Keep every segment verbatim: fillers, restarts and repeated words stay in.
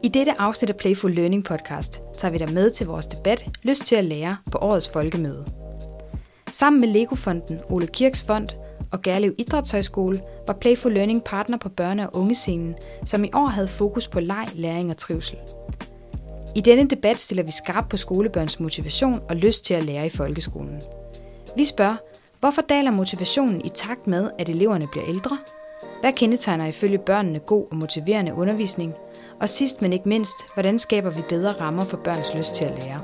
I dette afsnit af Playful Learning podcast tager vi dig med til vores debat Lyst til at lære på årets folkemøde. Sammen med Lego-fonden, Ole Kirks Fond og Gerlev Idrætshøjskole var Playful Learning partner på børne- og ungescenen, som i år havde fokus på leg, læring og trivsel. I denne debat stiller vi skarpt på skolebørns motivation og lyst til at lære i folkeskolen. Vi spørger, hvorfor daler motivationen i takt med, at eleverne bliver ældre? Hvad kendetegner ifølge børnene god og motiverende undervisning? Og sidst men ikke mindst, hvordan skaber vi bedre rammer for børns lyst til at lære?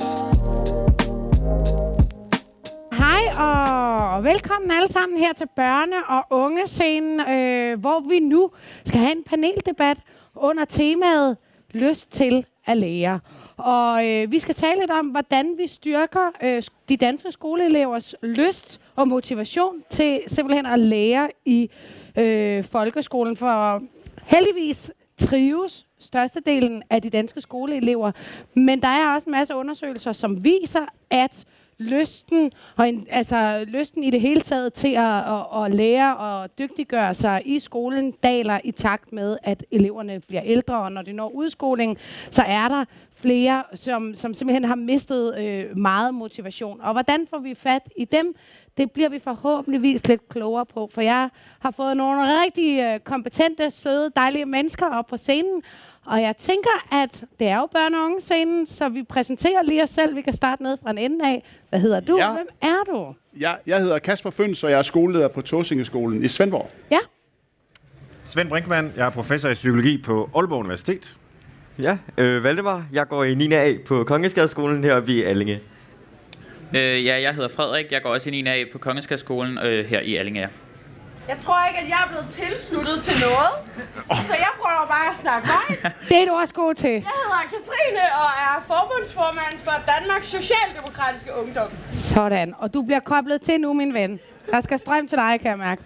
Hej og velkommen alle sammen her til børne- og ungescenen, øh, hvor vi nu skal have en paneldebat under temaet Lyst til at lære. Og øh, vi skal tale lidt om, hvordan vi styrker øh, de danske skoleelevers lyst og motivation til simpelthen at lære i øh, folkeskolen. For heldigvis trives størstedelen af de danske skoleelever, men der er også en masse undersøgelser, som viser, at lysten, og en, altså lysten i det hele taget til at, at, at lære og dygtiggøre sig i skolen daler i takt med, at eleverne bliver ældre, og når de når udskoling, så er der flere, som, som simpelthen har mistet øh, meget motivation. Og hvordan får vi fat i dem? Det bliver vi forhåbentligvis lidt klogere på, for jeg har fået nogle rigtig øh, kompetente, søde, dejlige mennesker op på scenen, og jeg tænker, at det er jo børne- og ungescenen, så vi præsenterer lige os selv. Vi kan starte ned fra en ende af. Hvad hedder du? Ja. Hvem er du? Ja, jeg hedder Kasper Føns, og jeg er skoleleder på Tåsingeskolen i Svendborg. Ja. Svend Brinkmann, jeg er professor i psykologi på Aalborg Universitet. Ja, øh, Valdemar. Jeg går i niende A på Kongensgadeskolen heroppe i Allinge. Øh, ja, jeg hedder Frederik. Jeg går også i niende A på Kongensgadeskolen øh, her i Allinge. Jeg tror ikke, at jeg er blevet tilsluttet til noget, så jeg prøver bare at snakke højt. Det er du også god til. Jeg hedder Katrine og er forbundsformand for Danmarks Socialdemokratiske Ungdom. Sådan, og du bliver koblet til nu, min ven. Der skal strøm til dig, kan jeg mærke.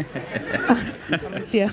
Som man siger.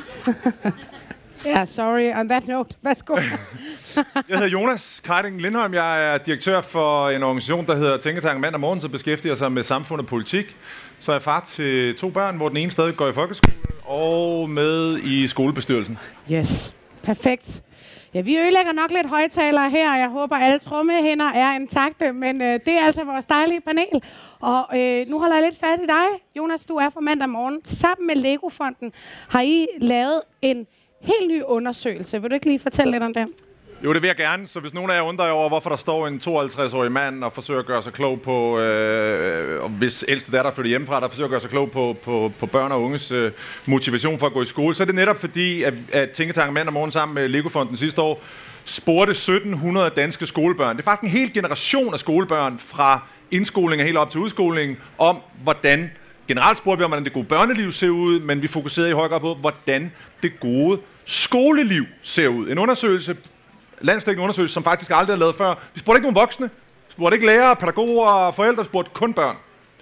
Ja, yeah, sorry, on that note. Værsgo. Jeg hedder Jonas Kreiding Lindholm. Jeg er direktør for en organisation, der hedder Tænketanken Mand og Morgen, som beskæftiger sig med samfund og politik. Så er jeg far til to børn, hvor den ene stadig går i folkeskolen og med i skolebestyrelsen. Yes, perfekt. Ja, vi ødelægger nok lidt højtalere her, og jeg håber, at alle trommehinder er intakte, men øh, det er altså vores dejlige panel. Og øh, nu holder jeg lidt fat i dig, Jonas, du er fra Mandag Morgen. Sammen med Lego-fonden har I lavet en helt ny undersøgelse. Vil du ikke lige fortælle lidt om det? Jo, det vil jeg gerne. Så hvis nogen af jer undrer jer over, hvorfor der står en tooghalvtreds-årig mand og forsøger at gøre sig klog på, øh, og hvis ældste datter flytter hjemmefra, der forsøger at gøre sig klog på, på, på børn og unges øh, motivation for at gå i skole, så er det netop fordi, at, at Tænketanken Mand og Morgen sammen med Lego-fonden sidste år spurgte sytten hundrede danske skolebørn. Det er faktisk en hel generation af skolebørn fra indskoling og helt op til udskoling om, hvordan generelt spurgte vi om, hvordan det gode børneliv ser ud, men vi fokuserede i høj grad på, hvordan det gode skoleliv ser ud. En undersøgelse, landsdækkende undersøgelse, som faktisk aldrig er lavet før. Vi spurgte ikke nogen voksne, vi spurgte ikke lærere, pædagoger og forældre, vi spurgte kun børn.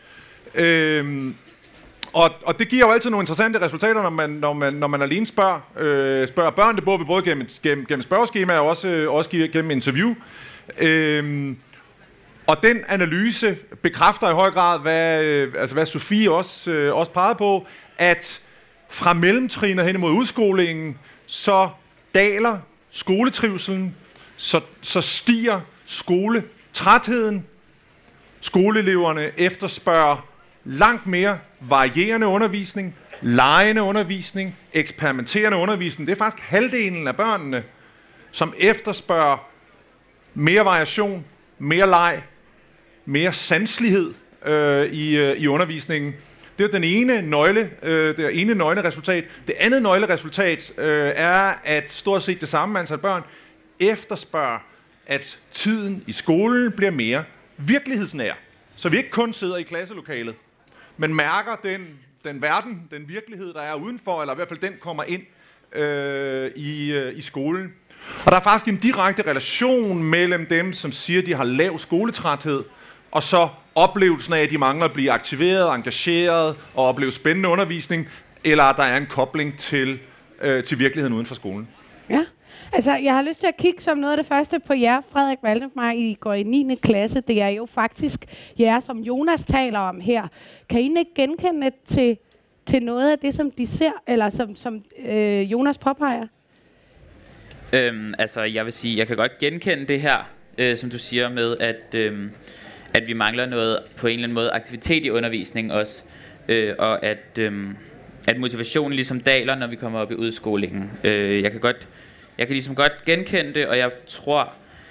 Øhm, og, og det giver jo altid nogle interessante resultater, når man, når man, når man alene spørger, øh, spørger børn. Det bruger vi både gennem, gennem, gennem spørgeskema og også, øh, også gennem interview. Øhm, og den analyse bekræfter i høj grad, hvad, øh, altså hvad Sofie også, øh, også pegede på, at fra mellemtrin og hen imod udskolingen, så daler skoletrivselen, så, så stiger skoletrætheden. Skoleeleverne efterspørger langt mere varierende undervisning, legende undervisning, eksperimenterende undervisning. Det er faktisk halvdelen af børnene, som efterspørger mere variation, mere leg, mere sanselighed øh, i, øh, i undervisningen. Det er den ene nøgle, øh, det ene nøgleresultat. Det andet nøgleresultat øh, er, at stort set det samme antal børn efterspørger, at tiden i skolen bliver mere virkelighedsnær. Så vi ikke kun sidder i klasselokalet, men mærker den, den verden, den virkelighed, der er udenfor, eller i hvert fald den kommer ind øh, i, øh, i skolen. Og der er faktisk en direkte relation mellem dem, som siger, at de har lav skoletræthed, og så oplevelsen af, at de mangler at blive aktiveret, engageret og opleve spændende undervisning, eller at der er en kobling til, øh, til virkeligheden uden for skolen. Ja, altså jeg har lyst til at kigge som noget af det første på jer, Frederik Valdemar. I går i niende klasse. Det er jo faktisk jer, som Jonas taler om her. Kan I ikke genkende til, til noget af det, som de ser, eller som, som øh, Jonas påpeger? Øhm, altså, jeg vil sige, jeg kan godt genkende det her, øh, som du siger med, at, øh, at vi mangler noget på en eller anden måde aktivitet i undervisningen også, øh, og at, øh, at motivationen ligesom daler, når vi kommer op i udskolingen. Øh, jeg kan godt, jeg kan ligesom godt genkende det, og jeg tror,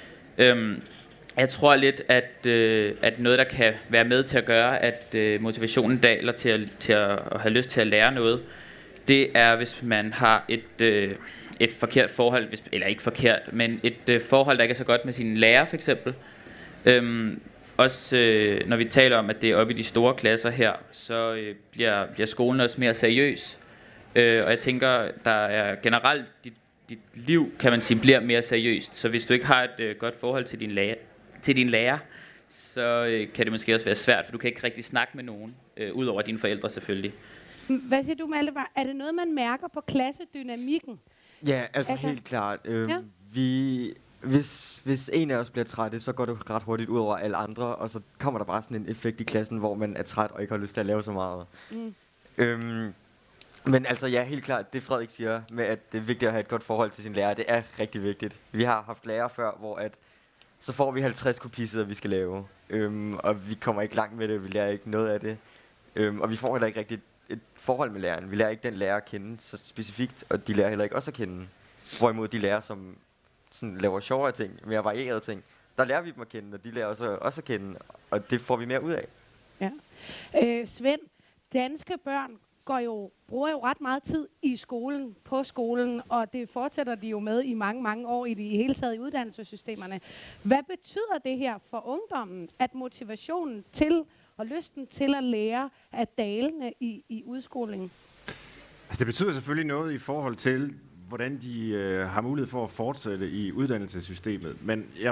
øh, jeg tror lidt, at, øh, at noget, der kan være med til at gøre, at øh, motivationen daler til at, til at, at have lyst til at lære noget, det er, hvis man har et, øh, et forkert forhold, hvis, eller ikke forkert, men et øh, forhold, der ikke er så godt med sine lærer, for eksempel. Øhm, også øh, når vi taler om, at det er oppe i de store klasser her, så øh, bliver, bliver skolen også mere seriøs. Øh, og jeg tænker, der er generelt, dit, dit liv, kan man sige, bliver mere seriøst. Så hvis du ikke har et øh, godt forhold til din lærer, til din lærer, så øh, kan det måske også være svært, for du kan ikke rigtig snakke med nogen, øh, ud over dine forældre selvfølgelig. Hvad siger du, Malte? Er det noget, man mærker på klassedynamikken? Ja, altså, Altså- helt klart. Øhm, Ja. vi, hvis, hvis en af os bliver træt, så går det ret hurtigt ud over alle andre, og så kommer der bare sådan en effekt i klassen, hvor man er træt og ikke har lyst til at lave så meget. Mm. Øhm, men altså, ja, helt klart, det Frederik siger med, at det er vigtigt at have et godt forhold til sin lærer, det er rigtig vigtigt. Vi har haft lærere før, hvor at, så får vi halvtreds kopisider, vi skal lave, øhm, og vi kommer ikke langt med det, vi lærer ikke noget af det. Øhm, og vi får heller ikke rigtig et forhold med læreren. Vi lærer ikke den lærer at kende så specifikt, og de lærer heller ikke også at kende. Hvorimod de lærer, som sådan laver sjovere ting, mere varierede ting, der lærer vi dem at kende, og de lærer også, også at kende, og det får vi mere ud af. Ja. Øh, Svend, danske børn går jo, bruger jo ret meget tid i skolen, på skolen, og det fortsætter de jo med i mange, mange år i det hele taget i uddannelsessystemerne. Hvad betyder det her for ungdommen, at motivationen til og lysten til at lære er dalende i, i udskolingen? Altså, det betyder selvfølgelig noget i forhold til, hvordan de øh, har mulighed for at fortsætte i uddannelsessystemet. Men jeg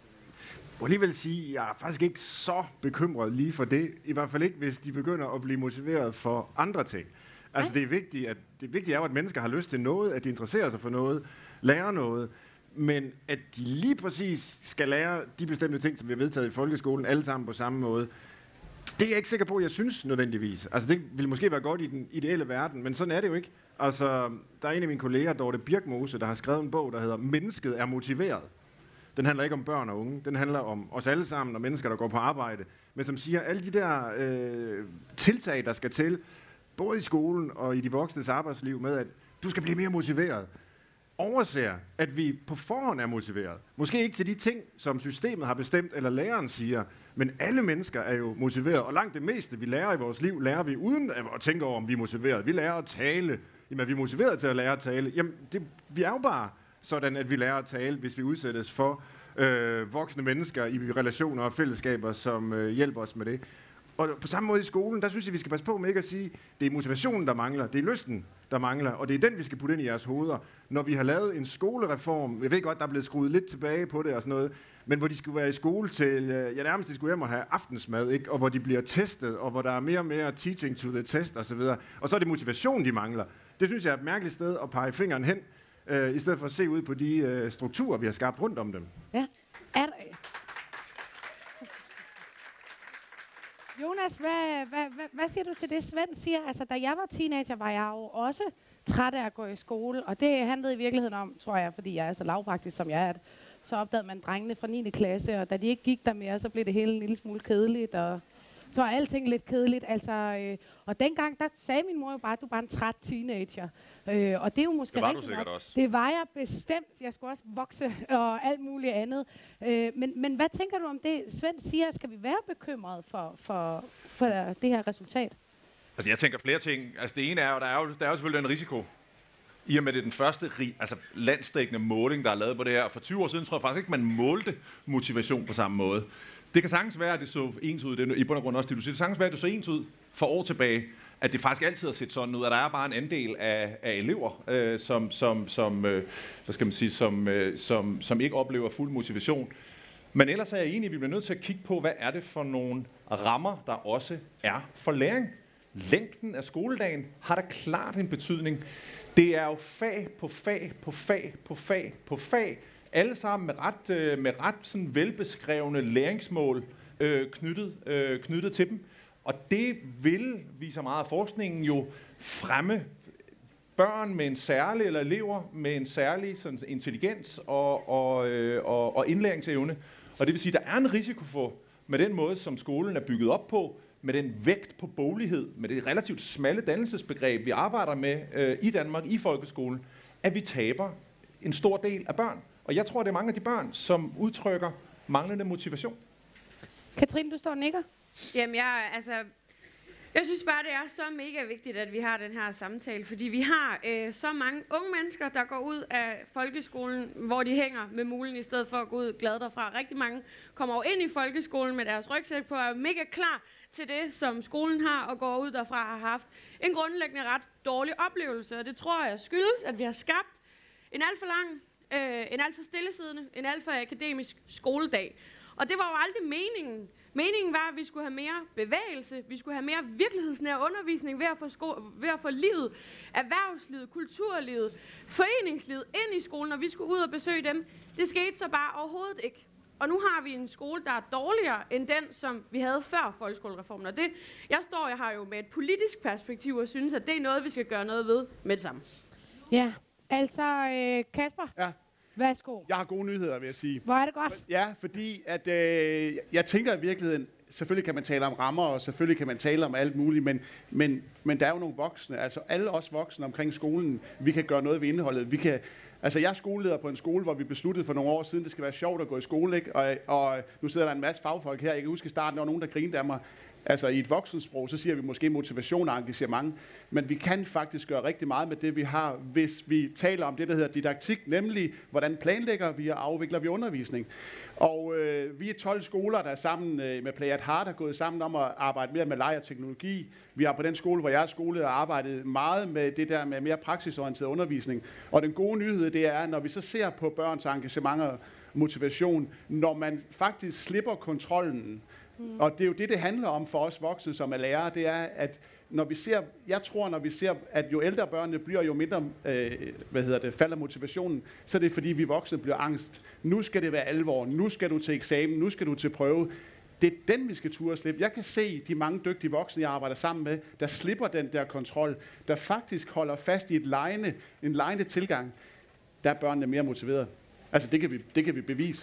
må alligevel sige, at jeg er faktisk ikke så bekymret lige for det. I hvert fald ikke, hvis de begynder at blive motiveret for andre ting. Altså, det er vigtigt, at det vigtige er, at mennesker har lyst til noget, at de interesserer sig for noget, lærer noget, men at de lige præcis skal lære de bestemte ting, som vi har vedtaget i folkeskolen, alle sammen på samme måde. Det er jeg ikke sikker på, jeg synes nødvendigvis. Altså, det ville måske være godt i den ideelle verden, men sådan er det jo ikke. Altså, der er en af mine kolleger, Dorte Birkmose, der har skrevet en bog, der hedder Mennesket er motiveret. Den handler ikke om børn og unge. Den handler om os alle sammen og mennesker, der går på arbejde. Men som siger, alle de der øh, tiltag, der skal til, både i skolen og i de voksnes arbejdsliv, med at du skal blive mere motiveret, overser, at vi på forhånd er motiveret. Måske ikke til de ting, som systemet har bestemt, eller læreren siger, men alle mennesker er jo motiveret, og langt det meste, vi lærer i vores liv, lærer vi uden at tænke over, om vi er motiveret. Vi lærer at tale. Jamen, er vi motiveret til at lære at tale? Jamen, det, vi er jo bare sådan, at vi lærer at tale, hvis vi udsættes for øh, voksne mennesker i relationer og fællesskaber, som øh, hjælper os med det. Og på samme måde i skolen, der synes jeg, vi skal passe på med ikke at sige, det er motivationen, der mangler, det er lysten, der mangler, og det er den, vi skal putte ind i jeres hoveder. Når vi har lavet en skolereform, jeg ved godt, der er blevet skruet lidt tilbage på det og sådan noget, men hvor de skulle være i skole til, ja nærmest de skulle hjem og have aftensmad, ikke? Og hvor de bliver testet, og hvor der er mere og mere teaching to the test og så videre. Og så er det motivation, de mangler. Det synes jeg er et mærkeligt sted at pege fingeren hen, øh, i stedet for at se ud på de øh, strukturer, vi har skabt rundt om dem. Ja. Er der... Jonas, hvad, hvad, hvad, hvad siger du til det, Svend siger? Altså, da jeg var teenager, var jeg jo også træt af at gå i skole, og det handlede i virkeligheden om, tror jeg, fordi jeg er så lavpraktisk, som jeg er, at så opdagede man drengene fra niende klasse, og da de ikke gik der mere, så blev det hele en lille smule kedeligt, og så var alting lidt kedeligt. Altså, øh, og dengang, der sagde min mor jo bare, at du er bare en træt teenager. Øh, og det er jo måske det var rigtigt du sikkert nok. også. Det var jeg bestemt. Jeg skulle også vokse og alt muligt andet. Øh, men, men hvad tænker du om det, Svend siger? Skal vi være bekymrede for, for, for det her resultat? Altså, jeg tænker flere ting. Altså, det ene er jo, der er jo, der er jo selvfølgelig en risiko. I og med det er den første rig, altså, landsdækkende måling, der er lavet på det her. For tyve år siden tror jeg faktisk ikke, man målte motivation på samme måde. Det kan sagtens være, at det så ens ud, det er i bund og grund også det, du siger. Det kan sagtens være, at det så ens ud for år tilbage, at det faktisk altid har set sådan ud, at der er bare en andel af, af elever, øh, som, som, som, øh, hvad skal man sige, som, øh, som, som ikke oplever fuld motivation. Men ellers er jeg enig, at vi bliver nødt til at kigge på, hvad er det for nogle rammer, der også er for læring. Længden af skoledagen har da klart en betydning. Det er jo fag på fag på fag på fag på fag, alle sammen med ret, øh, med ret sådan velbeskrevne læringsmål øh, knyttet, øh, knyttet til dem. Og det vil, viser meget af forskningen, jo fremme børn med en særlig, eller elever med en særlig sådan, intelligens og, og, øh, og, og indlæringsevne. Og det vil sige, at der er en risiko for, med den måde, som skolen er bygget op på, med den vægt på boglighed, med det relativt smalle dannelsesbegreb, vi arbejder med øh, i Danmark, i folkeskolen, at vi taber en stor del af børn. Og jeg tror, det er mange af de børn, som udtrykker manglende motivation. Katrine, du står og nikker. Jamen, jeg, altså, jeg synes bare, det er så mega vigtigt, at vi har den her samtale, fordi vi har øh, så mange unge mennesker, der går ud af folkeskolen, hvor de hænger med mulen, i stedet for at gå ud glad derfra. Rigtig mange kommer jo ind i folkeskolen med deres rygsæk på, og er mega klar til det, som skolen har, og går ud derfra har haft en grundlæggende ret dårlig oplevelse. Og det tror jeg skyldes, at vi har skabt en alt for lang, øh, en alt for stillesiddende, en alt for akademisk skoledag. Og det var jo aldrig meningen. Meningen var, at vi skulle have mere bevægelse, vi skulle have mere virkelighedsnær undervisning ved at få, sko- ved at få livet, erhvervslivet, kulturlivet, foreningslivet ind i skolen, og vi skulle ud og besøge dem. Det skete så bare overhovedet ikke. Og nu har vi en skole, der er dårligere end den, som vi havde før folkeskolereformen. Og det, jeg står jeg har jo med et politisk perspektiv og synes, at det er noget, vi skal gøre noget ved med det samme. Ja, altså øh, Kasper, Ja. værsgo. Jeg har gode nyheder, vil jeg sige. Hvor er det godt? Ja, fordi at, øh, jeg tænker i virkeligheden, selvfølgelig kan man tale om rammer, og selvfølgelig kan man tale om alt muligt, men, men, men der er jo nogle voksne, altså alle os voksne omkring skolen, vi kan gøre noget ved indholdet. Vi kan, altså jeg er skoleleder på en skole, hvor vi besluttede for nogle år siden, det skal være sjovt at gå i skole, ikke? Og, og nu sidder der en masse fagfolk her, jeg kan huske i starten, der var nogen, der grinede af mig. Altså i et voksensprog, så siger vi måske motivation og engagement, men vi kan faktisk gøre rigtig meget med det, vi har, hvis vi taler om det, der hedder didaktik, nemlig hvordan planlægger vi og afvikler vi undervisning. Og øh, vi er tolv skoler, der er sammen øh, med Play at Heart er gået sammen om at arbejde mere med leg og teknologi. Vi har på den skole, hvor jeg er skoleleder, arbejdet meget med det der med mere praksisorienteret undervisning. Og den gode nyhed, det er, når vi så ser på børns engagement og motivation, når man faktisk slipper kontrollen. Mm. Og det er jo det, det handler om for os voksne, som er lærere, det er, at når vi ser, jeg tror, når vi ser, at jo ældre børnene bliver, jo mindre, øh, hvad hedder det, falder motivationen, så er det fordi, vi voksne bliver angst. Nu skal det være alvor, nu skal du til eksamen, nu skal du til prøve. Det er den, vi skal turde slippe. Jeg kan se de mange dygtige voksne, jeg arbejder sammen med, der slipper den der kontrol, der faktisk holder fast i et lejende, en lejende tilgang. Der er børnene mere motiveret. Altså, det kan vi, det kan vi bevise.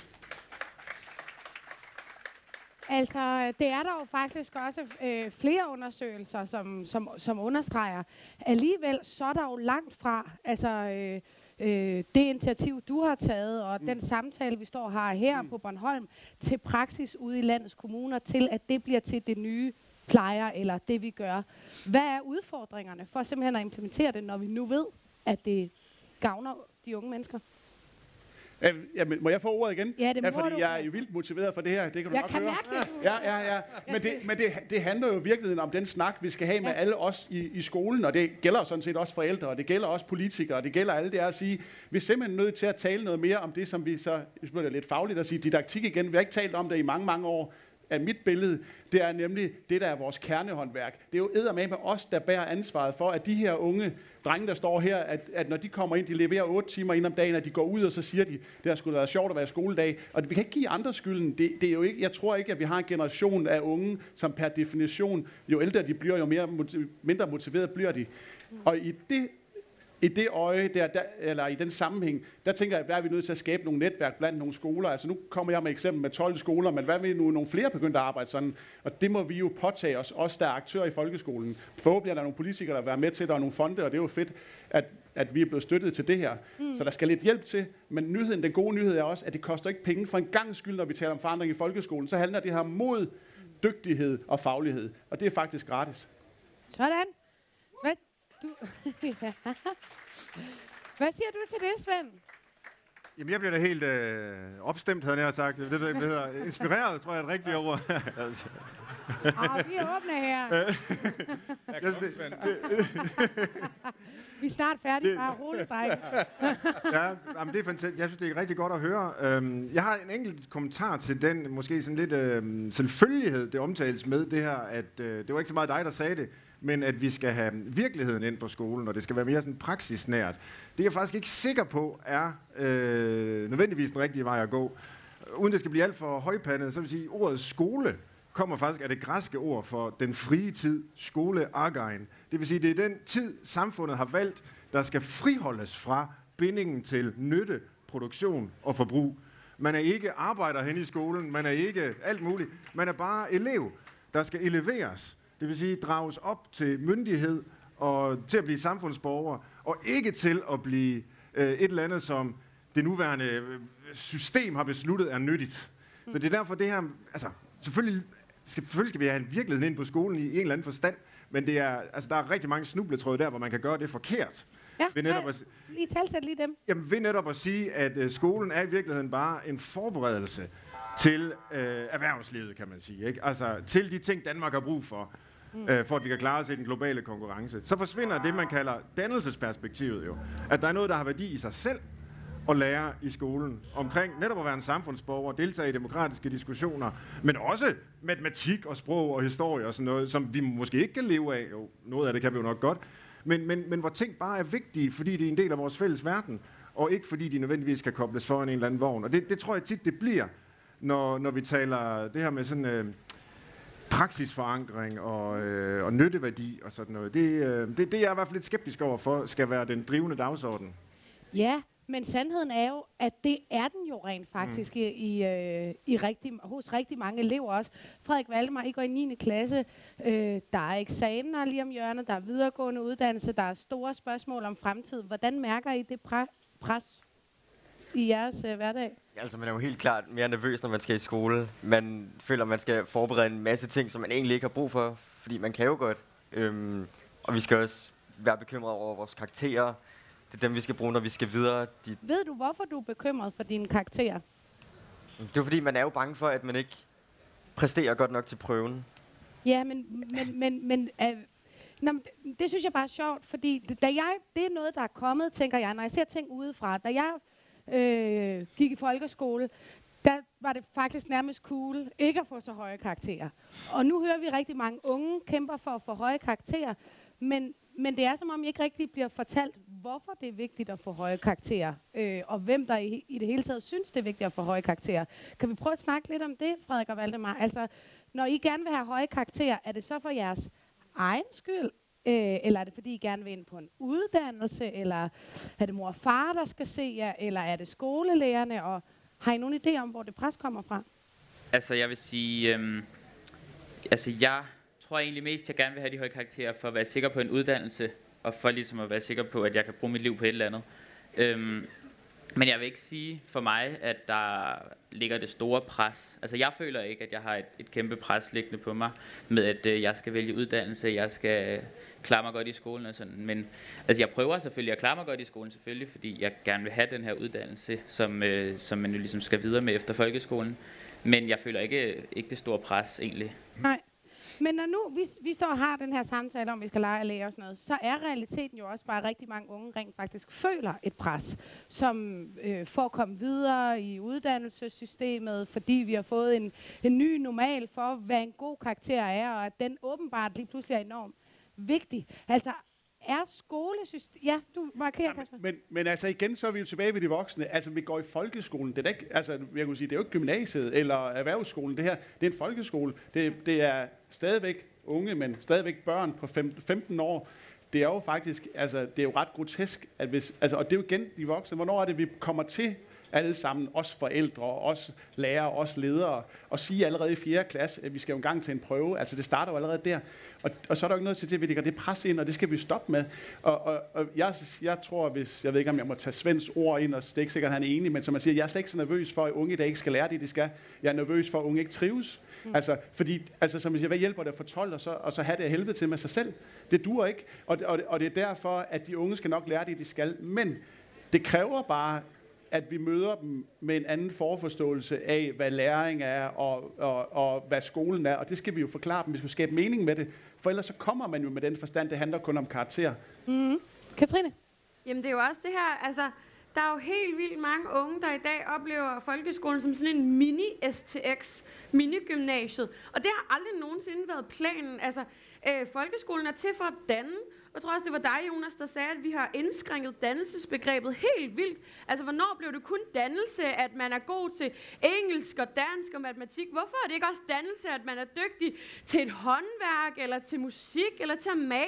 Altså, det er der jo faktisk også øh, flere undersøgelser, som, som, som understreger. Alligevel så er der jo langt fra altså, øh, øh, det initiativ, du har taget, og mm. den samtale, vi står og har her mm. på Bornholm, til praksis ude i landets kommuner, til at det bliver til det nye plejer, eller det vi gør. Hvad er udfordringerne for simpelthen at implementere det, når vi nu ved, at det gavner de unge mennesker? Jamen, må jeg få ordet igen? Ja, det må ja, fordi du. jeg er jo vildt motiveret for det her. Det kan du jeg nok kan høre. mærke det. Ja, ja, ja. Men, det, men det, det handler jo virkelig om den snak, vi skal have med ja. alle os i, i skolen, og det gælder sådan set også forældre, og det gælder også politikere, og det gælder alle det er at sige, vi er simpelthen nødt til at tale noget mere om det, som vi så, det bliver lidt fagligt at sige, didaktik igen. Vi har ikke talt om det i mange, mange år. Af mit billede, det er nemlig det, der er vores kernehåndværk. Det er jo eddermame med os, der bærer ansvaret for, at de her unge drenge, der står her, at, at når de kommer ind, de leverer otte timer ind om dagen, at de går ud, og så siger de, det har sgu da været sjovt at være skoledag. Og vi kan ikke give andre skylden. Det, det er jo ikke, jeg tror ikke, at vi har en generation af unge, som per definition, jo ældre de bliver, jo mere, mindre motiveret bliver de. Og i det I det øje, der, der, eller i den sammenhæng, der tænker jeg, hvad er vi nødt til at skabe nogle netværk blandt nogle skoler? Altså nu kommer jeg med et eksempel med tolv skoler, men hvad vil nu nogle flere begynde at arbejde sådan? Og det må vi jo påtage os, os der er aktører i folkeskolen. Forhåbentlig er der nogle politikere, der vil være med til, der er nogle fonde, og det er jo fedt, at, at vi er blevet støttet til det her. Mm. Så der skal lidt hjælp til, men nyheden, den gode nyhed er også, at det koster ikke penge for en gang skyld, når vi taler om forandring i folkeskolen. Så handler det her mod dygtighed og faglighed, og det er faktisk gratis. Sådan. Hvad? Du Hvad siger du til det, Svend? Jamen, jeg bliver da helt øh, opstemt, havde jeg sagt. Det ved jeg ikke, hvad hedder. Inspireret, tror jeg er et rigtigt ord. altså. Ah, vi er åbne her. Vi er snart færdige, bare roligt, drenge. Ja, jamen, det er fantastisk. Jeg synes, det er rigtig godt at høre. Øhm, jeg har en enkelt kommentar til den, måske sådan lidt øh, selvfølgelighed, det omtales med det her, at øh, det var ikke så meget dig, der sagde det, men at vi skal have virkeligheden ind på skolen, og det skal være mere sådan praksisnært. Det er jeg faktisk ikke sikker på er øh, nødvendigvis den rigtige vej at gå. Uden det skal blive alt for højpandet, så vil jeg sige, ordet skole kommer faktisk af det græske ord for den frie tid, skole, argein. Det vil sige, det er den tid, samfundet har valgt, der skal friholdes fra bindingen til nytte, produktion og forbrug. Man er ikke arbejder hen i skolen, man er ikke alt muligt. Man er bare elev, der skal eleveres. Det vil sige drages op til myndighed og til at blive samfundsborger, og ikke til at blive øh, et eller andet, som det nuværende system har besluttet er nyttigt. Mm. Så det er derfor det her, altså selvfølgelig skal, selvfølgelig skal vi have en virkelighed ind på skolen i en eller anden forstand, men det er, altså, der er rigtig mange snubletråde der, hvor man kan gøre det forkert. Ja, ved netop at, lige talsæt lige dem. Jamen ved netop at sige, at øh, skolen er i virkeligheden bare en forberedelse til øh, erhvervslivet, kan man sige. Ikke? Altså til de ting, Danmark har brug for, mm. øh, for at vi kan klare os i den globale konkurrence. Så forsvinder det, man kalder dannelsesperspektivet jo. At der er noget, der har værdi i sig selv at lære i skolen, omkring netop at være en samfundsborger, deltage i demokratiske diskussioner, men også matematik og sprog og historie og sådan noget, som vi måske ikke kan leve af. Jo, noget af det kan vi jo nok godt. Men, men, men hvor ting bare er vigtige, fordi det er en del af vores fælles verden, og ikke fordi de nødvendigvis skal kobles foran en eller anden vogn. Og det, det tror jeg tit, det bliver, når, når vi taler det her med sådan øh, praksisforankring og, øh, og nytteværdi og sådan noget. Det, øh, det, det er jeg i hvert fald lidt skeptisk over for, skal være den drivende dagsorden. Ja, men sandheden er jo, at det er den jo rent faktisk mm. i, i, øh, i rigtig, hos rigtig mange elever også. Frederik Valdemar, I går i niende klasse. Øh, der er eksamener lige om hjørnet, der er videregående uddannelse, der er store spørgsmål om fremtiden. Hvordan mærker I det pre- pres i jeres øh, hverdag? Ja, altså, man er jo helt klart mere nervøs, når man skal i skole. Man føler, man skal forberede en masse ting, som man egentlig ikke har brug for, fordi man kan jo godt. Øhm, og vi skal også være bekymrede over vores karakterer. Det er dem, vi skal bruge, når vi skal videre. De Ved du, hvorfor du er bekymret for dine karakterer? Det er fordi, man er jo bange for, at man ikke præsterer godt nok til prøven. Ja, men, men, men, men øh, nå, det, det synes jeg bare er sjovt, fordi det, da jeg, det er noget, der er kommet, tænker jeg, når jeg ser ting udefra. Da jeg øh, gik i folkeskole, der var det faktisk nærmest cool ikke at få så høje karakterer. Og nu hører vi rigtig mange unge kæmper for at få høje karakterer, men Men det er som om, I ikke rigtig bliver fortalt, hvorfor det er vigtigt at få høje karakterer, øh, og hvem der i, i det hele taget synes, det er vigtigt at få høje karakterer. Kan vi prøve at snakke lidt om det, Frederik og Valdemar? Altså, når I gerne vil have høje karakterer, er det så for jeres egen skyld, øh, eller er det fordi, I gerne vil ind på en uddannelse, eller er det mor og far, der skal se jer, eller er det skolelærerne, og har I nogen idé om, hvor det pres kommer fra? Altså, jeg vil sige, øhm, altså jeg... Jeg tror egentlig mest, at jeg gerne vil have de høje karakterer for at være sikker på en uddannelse, og for ligesom at være sikker på, at jeg kan bruge mit liv på et eller andet. Øhm, men jeg vil ikke sige for mig, at der ligger det store pres. Altså jeg føler ikke, at jeg har et, et kæmpe pres liggende på mig, med at øh, jeg skal vælge uddannelse, jeg skal klare mig godt i skolen og sådan. Men altså jeg prøver selvfølgelig at klare mig godt i skolen selvfølgelig, fordi jeg gerne vil have den her uddannelse, som, øh, som man jo ligesom skal videre med efter folkeskolen. Men jeg føler ikke, ikke det store pres egentlig. Nej. Men når nu vi, vi står og har den her samtale om, vi skal lege og lære og sådan noget, så er realiteten jo også bare, at rigtig mange unge rent faktisk føler et pres, som øh, for at komme videre i uddannelsessystemet, fordi vi har fået en, en ny normal for, hvad en god karakter er, og at den åbenbart lige pludselig er enormt vigtig. Altså, er skolesystem... Ja, du markerer, Kasper. Men, men altså igen, så er vi jo tilbage ved de voksne. Altså, vi går i folkeskolen. Det er ikke, altså, jeg kunne sige, det er jo ikke gymnasiet eller erhvervsskolen. Det her, det er en folkeskole. Det, det er stadigvæk unge, men stadigvæk børn på femten år. Det er jo faktisk, altså, det er jo ret grotesk, at hvis, altså, og det er jo igen de voksne. Hvornår er det, vi kommer til alle sammen, os forældre, os lærere, os ledere, og sige allerede i fjerde klasse, at vi skal jo engang til en prøve. Altså det starter jo allerede der. Og, og så er der jo ikke noget til det, at vi lægger det pres ind, og det skal vi stoppe med. Og, og, og jeg, jeg tror, hvis, jeg ved ikke, om jeg må tage Svends ord ind, og det er ikke sikkert, at han er enig, men som man siger, jeg er slet ikke så nervøs for, at unge der ikke skal lære det, de skal. Jeg er nervøs for, at unge ikke trives. Mm. Altså, fordi, altså, som man siger, hvad hjælper det for tolv, og så, og så have det af helvede til med sig selv? Det duer ikke. Og, og, og det er derfor, at de unge skal nok lære det, de skal. Men det kræver bare, at vi møder dem med en anden forforståelse af, hvad læring er, og, og, og hvad skolen er. Og det skal vi jo forklare dem, hvis vi skal skabe mening med det. For ellers så kommer man jo med den forstand, det handler kun om karakter. Mm. Katrine? Jamen det er jo også det her, altså der er jo helt vildt mange unge, der i dag oplever folkeskolen som sådan en mini-S T X, mini-gymnasiet. Og det har aldrig nogensinde været planen. Altså øh, folkeskolen er til for at danne. Jeg tror også, det var dig, Jonas, der sagde, at vi har indskrænket dannelsesbegrebet helt vildt. Altså, hvornår blev det kun dannelse, at man er god til engelsk og dansk og matematik? Hvorfor er det ikke også dannelse, at man er dygtig til et håndværk, eller til musik, eller til at male?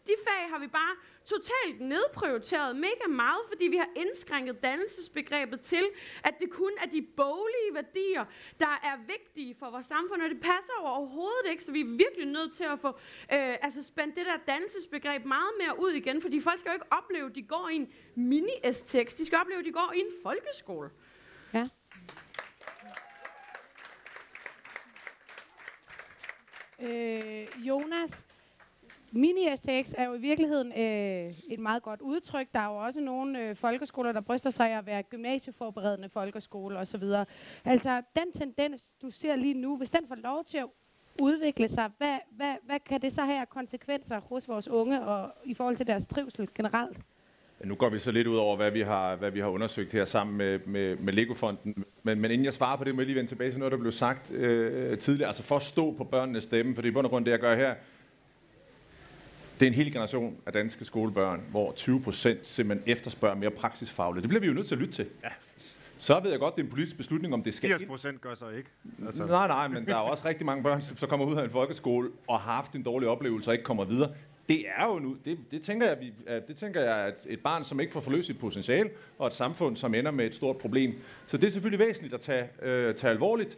De fag har vi bare totalt nedprioriteret mega meget, fordi vi har indskrænket dannelsesbegrebet til, at det kun er de boglige værdier, der er vigtige for vores samfund, og det passer overhovedet ikke, så vi er virkelig nødt til at få øh, altså spændt det der dannelsesbegreb meget mere ud igen, fordi folk skal jo ikke opleve, at de går i en mini-S T X, de skal opleve, at de går i en folkeskole. Ja. Øh, Jonas, mini-S T X er jo i virkeligheden øh, et meget godt udtryk. Der er jo også nogle øh, folkeskoler, der bryster sig af at være gymnasieforberedende folkeskole osv. Altså, den tendens, du ser lige nu, hvis den får lov til at udvikle sig, hvad, hvad, hvad kan det så have af konsekvenser hos vores unge og i forhold til deres trivsel generelt? Ja, nu går vi så lidt ud over, hvad vi har, hvad vi har undersøgt her sammen med, med, med Lego-fonden. Men, men inden jeg svarer på det, må jeg lige vende tilbage til noget, der blev sagt øh, tidligere. Altså for at stå på børnenes stemme, for det er i bund og grund det, jeg gør her. Det er en hel generation af danske skolebørn, hvor tyve procent simpelthen efterspørger mere praksisfagligt. Det bliver vi jo nødt til at lytte til. Ja. Så ved jeg godt, det er en politisk beslutning, om det skal firs procent gør så ikke. Altså. Nej, nej, men der er også rigtig mange børn, som så kommer ud af en folkeskole og har haft en dårlig oplevelse og ikke kommer videre. Det er jo nu, det, det tænker jeg, vi, det tænker jeg, at et barn, som ikke får forløst sit potentiale, og et samfund, som ender med et stort problem. Så det er selvfølgelig væsentligt at tage, øh, tage alvorligt.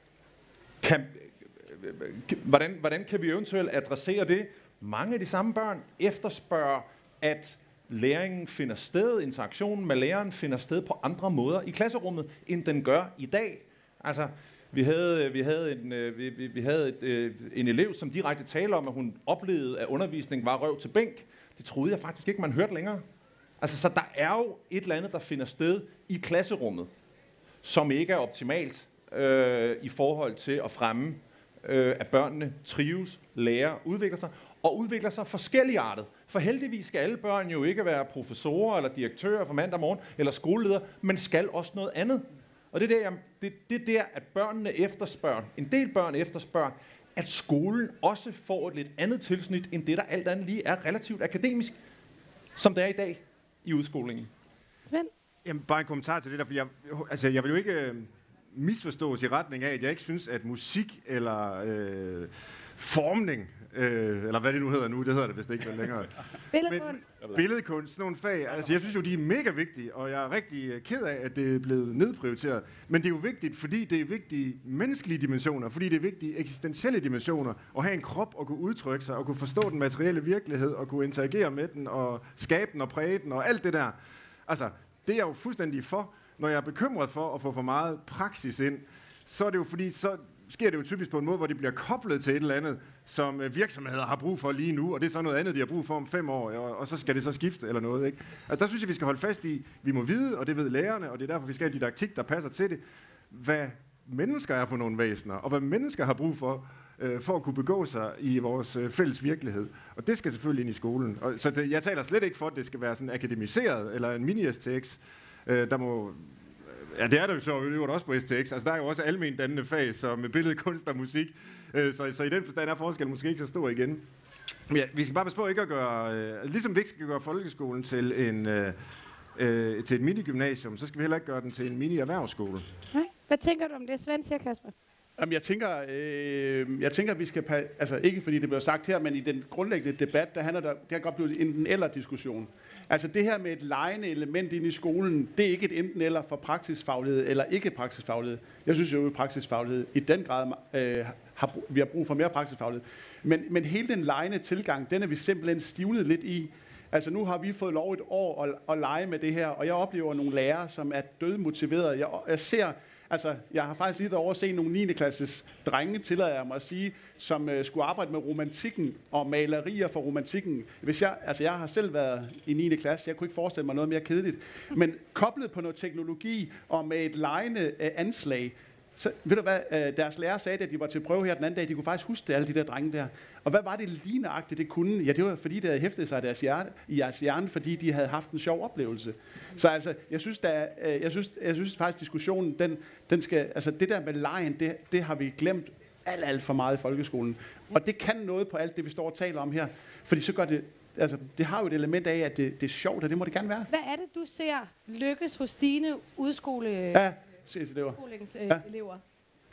Kan, øh, hvordan, hvordan kan vi eventuelt adressere det? Mange af de samme børn efterspørger, at læringen finder sted, interaktionen med læreren finder sted på andre måder i klasserummet, end den gør i dag. Altså, vi havde, vi havde, en, vi, vi havde et, en elev, som direkte talte om, at hun oplevede, at undervisningen var røv til bænk. Det troede jeg faktisk ikke, man hørte længere. Altså, så der er jo et eller andet, der finder sted i klasserummet, som ikke er optimalt øh, i forhold til at fremme, øh, at børnene trives, lærer, udvikler sig, og udvikler sig forskelligartet. For heldigvis skal alle børn jo ikke være professorer eller direktører for mandag morgen, eller skoleledere, men skal også noget andet. Og det er der, det, det er der, at børnene efterspørger, en del børn efterspørger, at skolen også får et lidt andet tilsnit, end det, der alt andet lige er relativt akademisk, som det er i dag i udskolingen. Svend? Jamen, bare en kommentar til det der, for jeg, altså, jeg vil jo ikke øh, misforstås i retning af, at jeg ikke synes, at musik eller øh, formning, øh, eller hvad det nu hedder nu, det hedder det vist ikke længere. Billedkunst. Men, billedkunst, sådan nogle fag, altså jeg synes jo, de er mega vigtige, og jeg er rigtig ked af, at det er blevet nedprioriteret. Men det er jo vigtigt, fordi det er vigtige menneskelige dimensioner, fordi det er vigtige eksistentielle dimensioner, at have en krop og kunne udtrykke sig, og kunne forstå den materielle virkelighed, og kunne interagere med den, og skabe den og præge den, og alt det der. Altså, det er jeg jo fuldstændig for. Når jeg er bekymret for at få for meget praksis ind, så er det jo fordi, så sker det jo typisk på en måde, hvor de bliver koblet til et eller andet, som virksomheder har brug for lige nu, og det er så noget andet, de har brug for om fem år, og, og så skal det så skifte eller noget, ikke? Altså, der synes jeg, vi skal holde fast i, vi må vide, og det ved lærerne, og det er derfor, vi skal have didaktik, der passer til det, hvad mennesker er for nogle væsener, og hvad mennesker har brug for, øh, for at kunne begå sig i vores øh, fælles virkelighed. Og det skal selvfølgelig ind i skolen. Og, så det, jeg taler slet ikke for, at det skal være sådan akademiseret, eller en mini-S T X, øh, der må... Ja, det er der jo så, det er også på S T X. Altså, der er jo også almen dannende fag, som billedkunst og musik. Øh, så, så i den forstand er forskellen måske ikke så stor igen. Men ja, vi skal bare passe på ikke at gøre... Øh, ligesom vi ikke skal gøre folkeskolen til, en, øh, øh, til et mini-gymnasium, så skal vi heller ikke gøre den til en mini-erhvervsskole. Nej. Hvad tænker du om det, Svend, siger Kasper? Jamen, jeg tænker, øh, jeg tænker, at vi skal... Altså, ikke fordi det bliver sagt her, men i den grundlæggende debat, der handler der... Det har godt blevet en enten-eller-diskussion. Altså det her med et legende element ind i skolen, det er ikke et enten-eller for praksisfaglighed eller ikke praksisfaglighed. Jeg synes jo, at praksisfaglighed i den grad øh, har, vi har brug for mere praksisfaglighed. Men, men hele den legende tilgang, den er vi simpelthen stivnet lidt i. Altså nu har vi fået lov et år at, at lege med det her, og jeg oplever nogle lærere, som er dødmotiverede. Jeg, jeg ser... Altså, jeg har faktisk lige været over at se nogle niende klasses drenge, tillader jeg mig at sige, som øh, skulle arbejde med romantikken og malerier for romantikken. Hvis jeg, altså, jeg har selv været i niende klasse, jeg kunne ikke forestille mig noget mere kedeligt. Men koblet på noget teknologi og med et legende øh, anslag, så ved du hvad, øh, deres lærer sagde, at de var til prøve her den anden dag, de kunne faktisk huske det, alle de der drenge der. Og hvad var det ligneragtigt, det kunne? Ja, det var fordi, det havde hæftet sig deres hjerte, i deres hjerne, fordi de havde haft en sjov oplevelse. Så altså, jeg synes, der, øh, jeg synes, jeg synes faktisk, diskussionen, den, den skal, altså det der med lejen, det, det har vi glemt alt, alt for meget i folkeskolen. Og det kan noget på alt det, vi står og taler om her. Fordi så gør det, altså, det har jo et element af, at det, det er sjovt, og det må det gerne være. Hvad er det, du ser lykkes hos dine udskole... Ja. Udskolings, øh, ja. elever.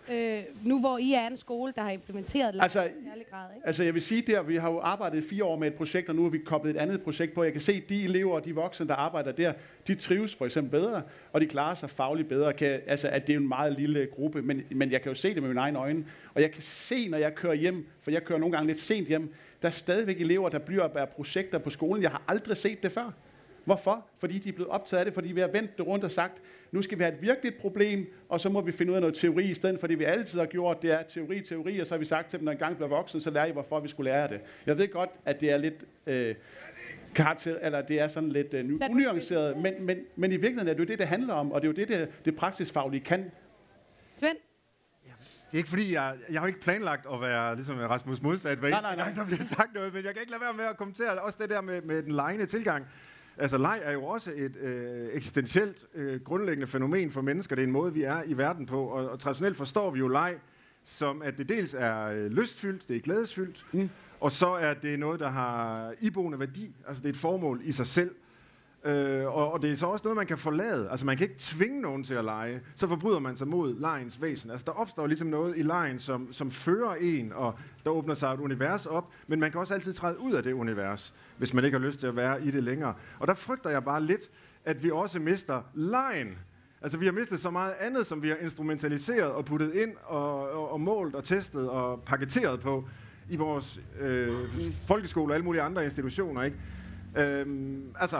øh, nu hvor I er en skole, der har implementeret altså, i særlig grad, ikke? Altså jeg vil sige der, vi har jo arbejdet i fire år med et projekt, og nu har vi koblet et andet projekt på. Jeg kan se, at de elever og de voksne, der arbejder der, de trives for eksempel bedre, og de klarer sig fagligt bedre. Kan, altså at det er en meget lille gruppe, men, men jeg kan jo se det med mine egne øjne. Og jeg kan se, når jeg kører hjem, for jeg kører nogle gange lidt sent hjem, der er stadigvæk elever, der bliver af projekter på skolen. Jeg har aldrig set det før. Hvorfor? Fordi de er blevet optaget af det, fordi vi har vendt det rundt og sagt, nu skal vi have et virkeligt problem, og så må vi finde ud af noget teori i stedet for det, vi altid har gjort. Det er teori, teori, og så har vi sagt til dem, når en gang bliver voksen, så lærer I, hvorfor vi skulle lære det. Jeg ved godt, at det er lidt øh, karakter, eller det er sådan lidt øh, unuanceret, men, men, men i virkeligheden er det jo det, det handler om, og det er jo det, det, det praksisfaglige kan. Svend? Det er ikke fordi, jeg, jeg har ikke planlagt at være ligesom Rasmus modsat, hver eneste gang, der bliver sagt noget, men jeg kan ikke lade være med at kommentere også det der med, med den legende tilgang. Altså leg er jo også et øh, eksistentielt øh, grundlæggende fænomen for mennesker. Det er en måde, vi er i verden på, og, og traditionelt forstår vi jo leg som, at det dels er øh, lystfyldt, det er glædesfyldt, mm. og så er det noget, der har iboende værdi. Altså det er et formål i sig selv. Øh, og, og det er så også noget, man kan forlade. Altså man kan ikke tvinge nogen til at lege. Så forbryder man sig mod legens væsen. Altså der opstår ligesom noget i legen, som, som fører en, og der åbner sig et univers op, men man kan også altid træde ud af det univers, hvis man ikke har lyst til at være i det længere. Og der frygter jeg bare lidt, at vi også mister legen. Altså vi har mistet så meget andet, som vi har instrumentaliseret og puttet ind og, og, og målt og testet og paketeret på i vores øh, folkeskole og alle mulige andre institutioner, ikke? Øhm, altså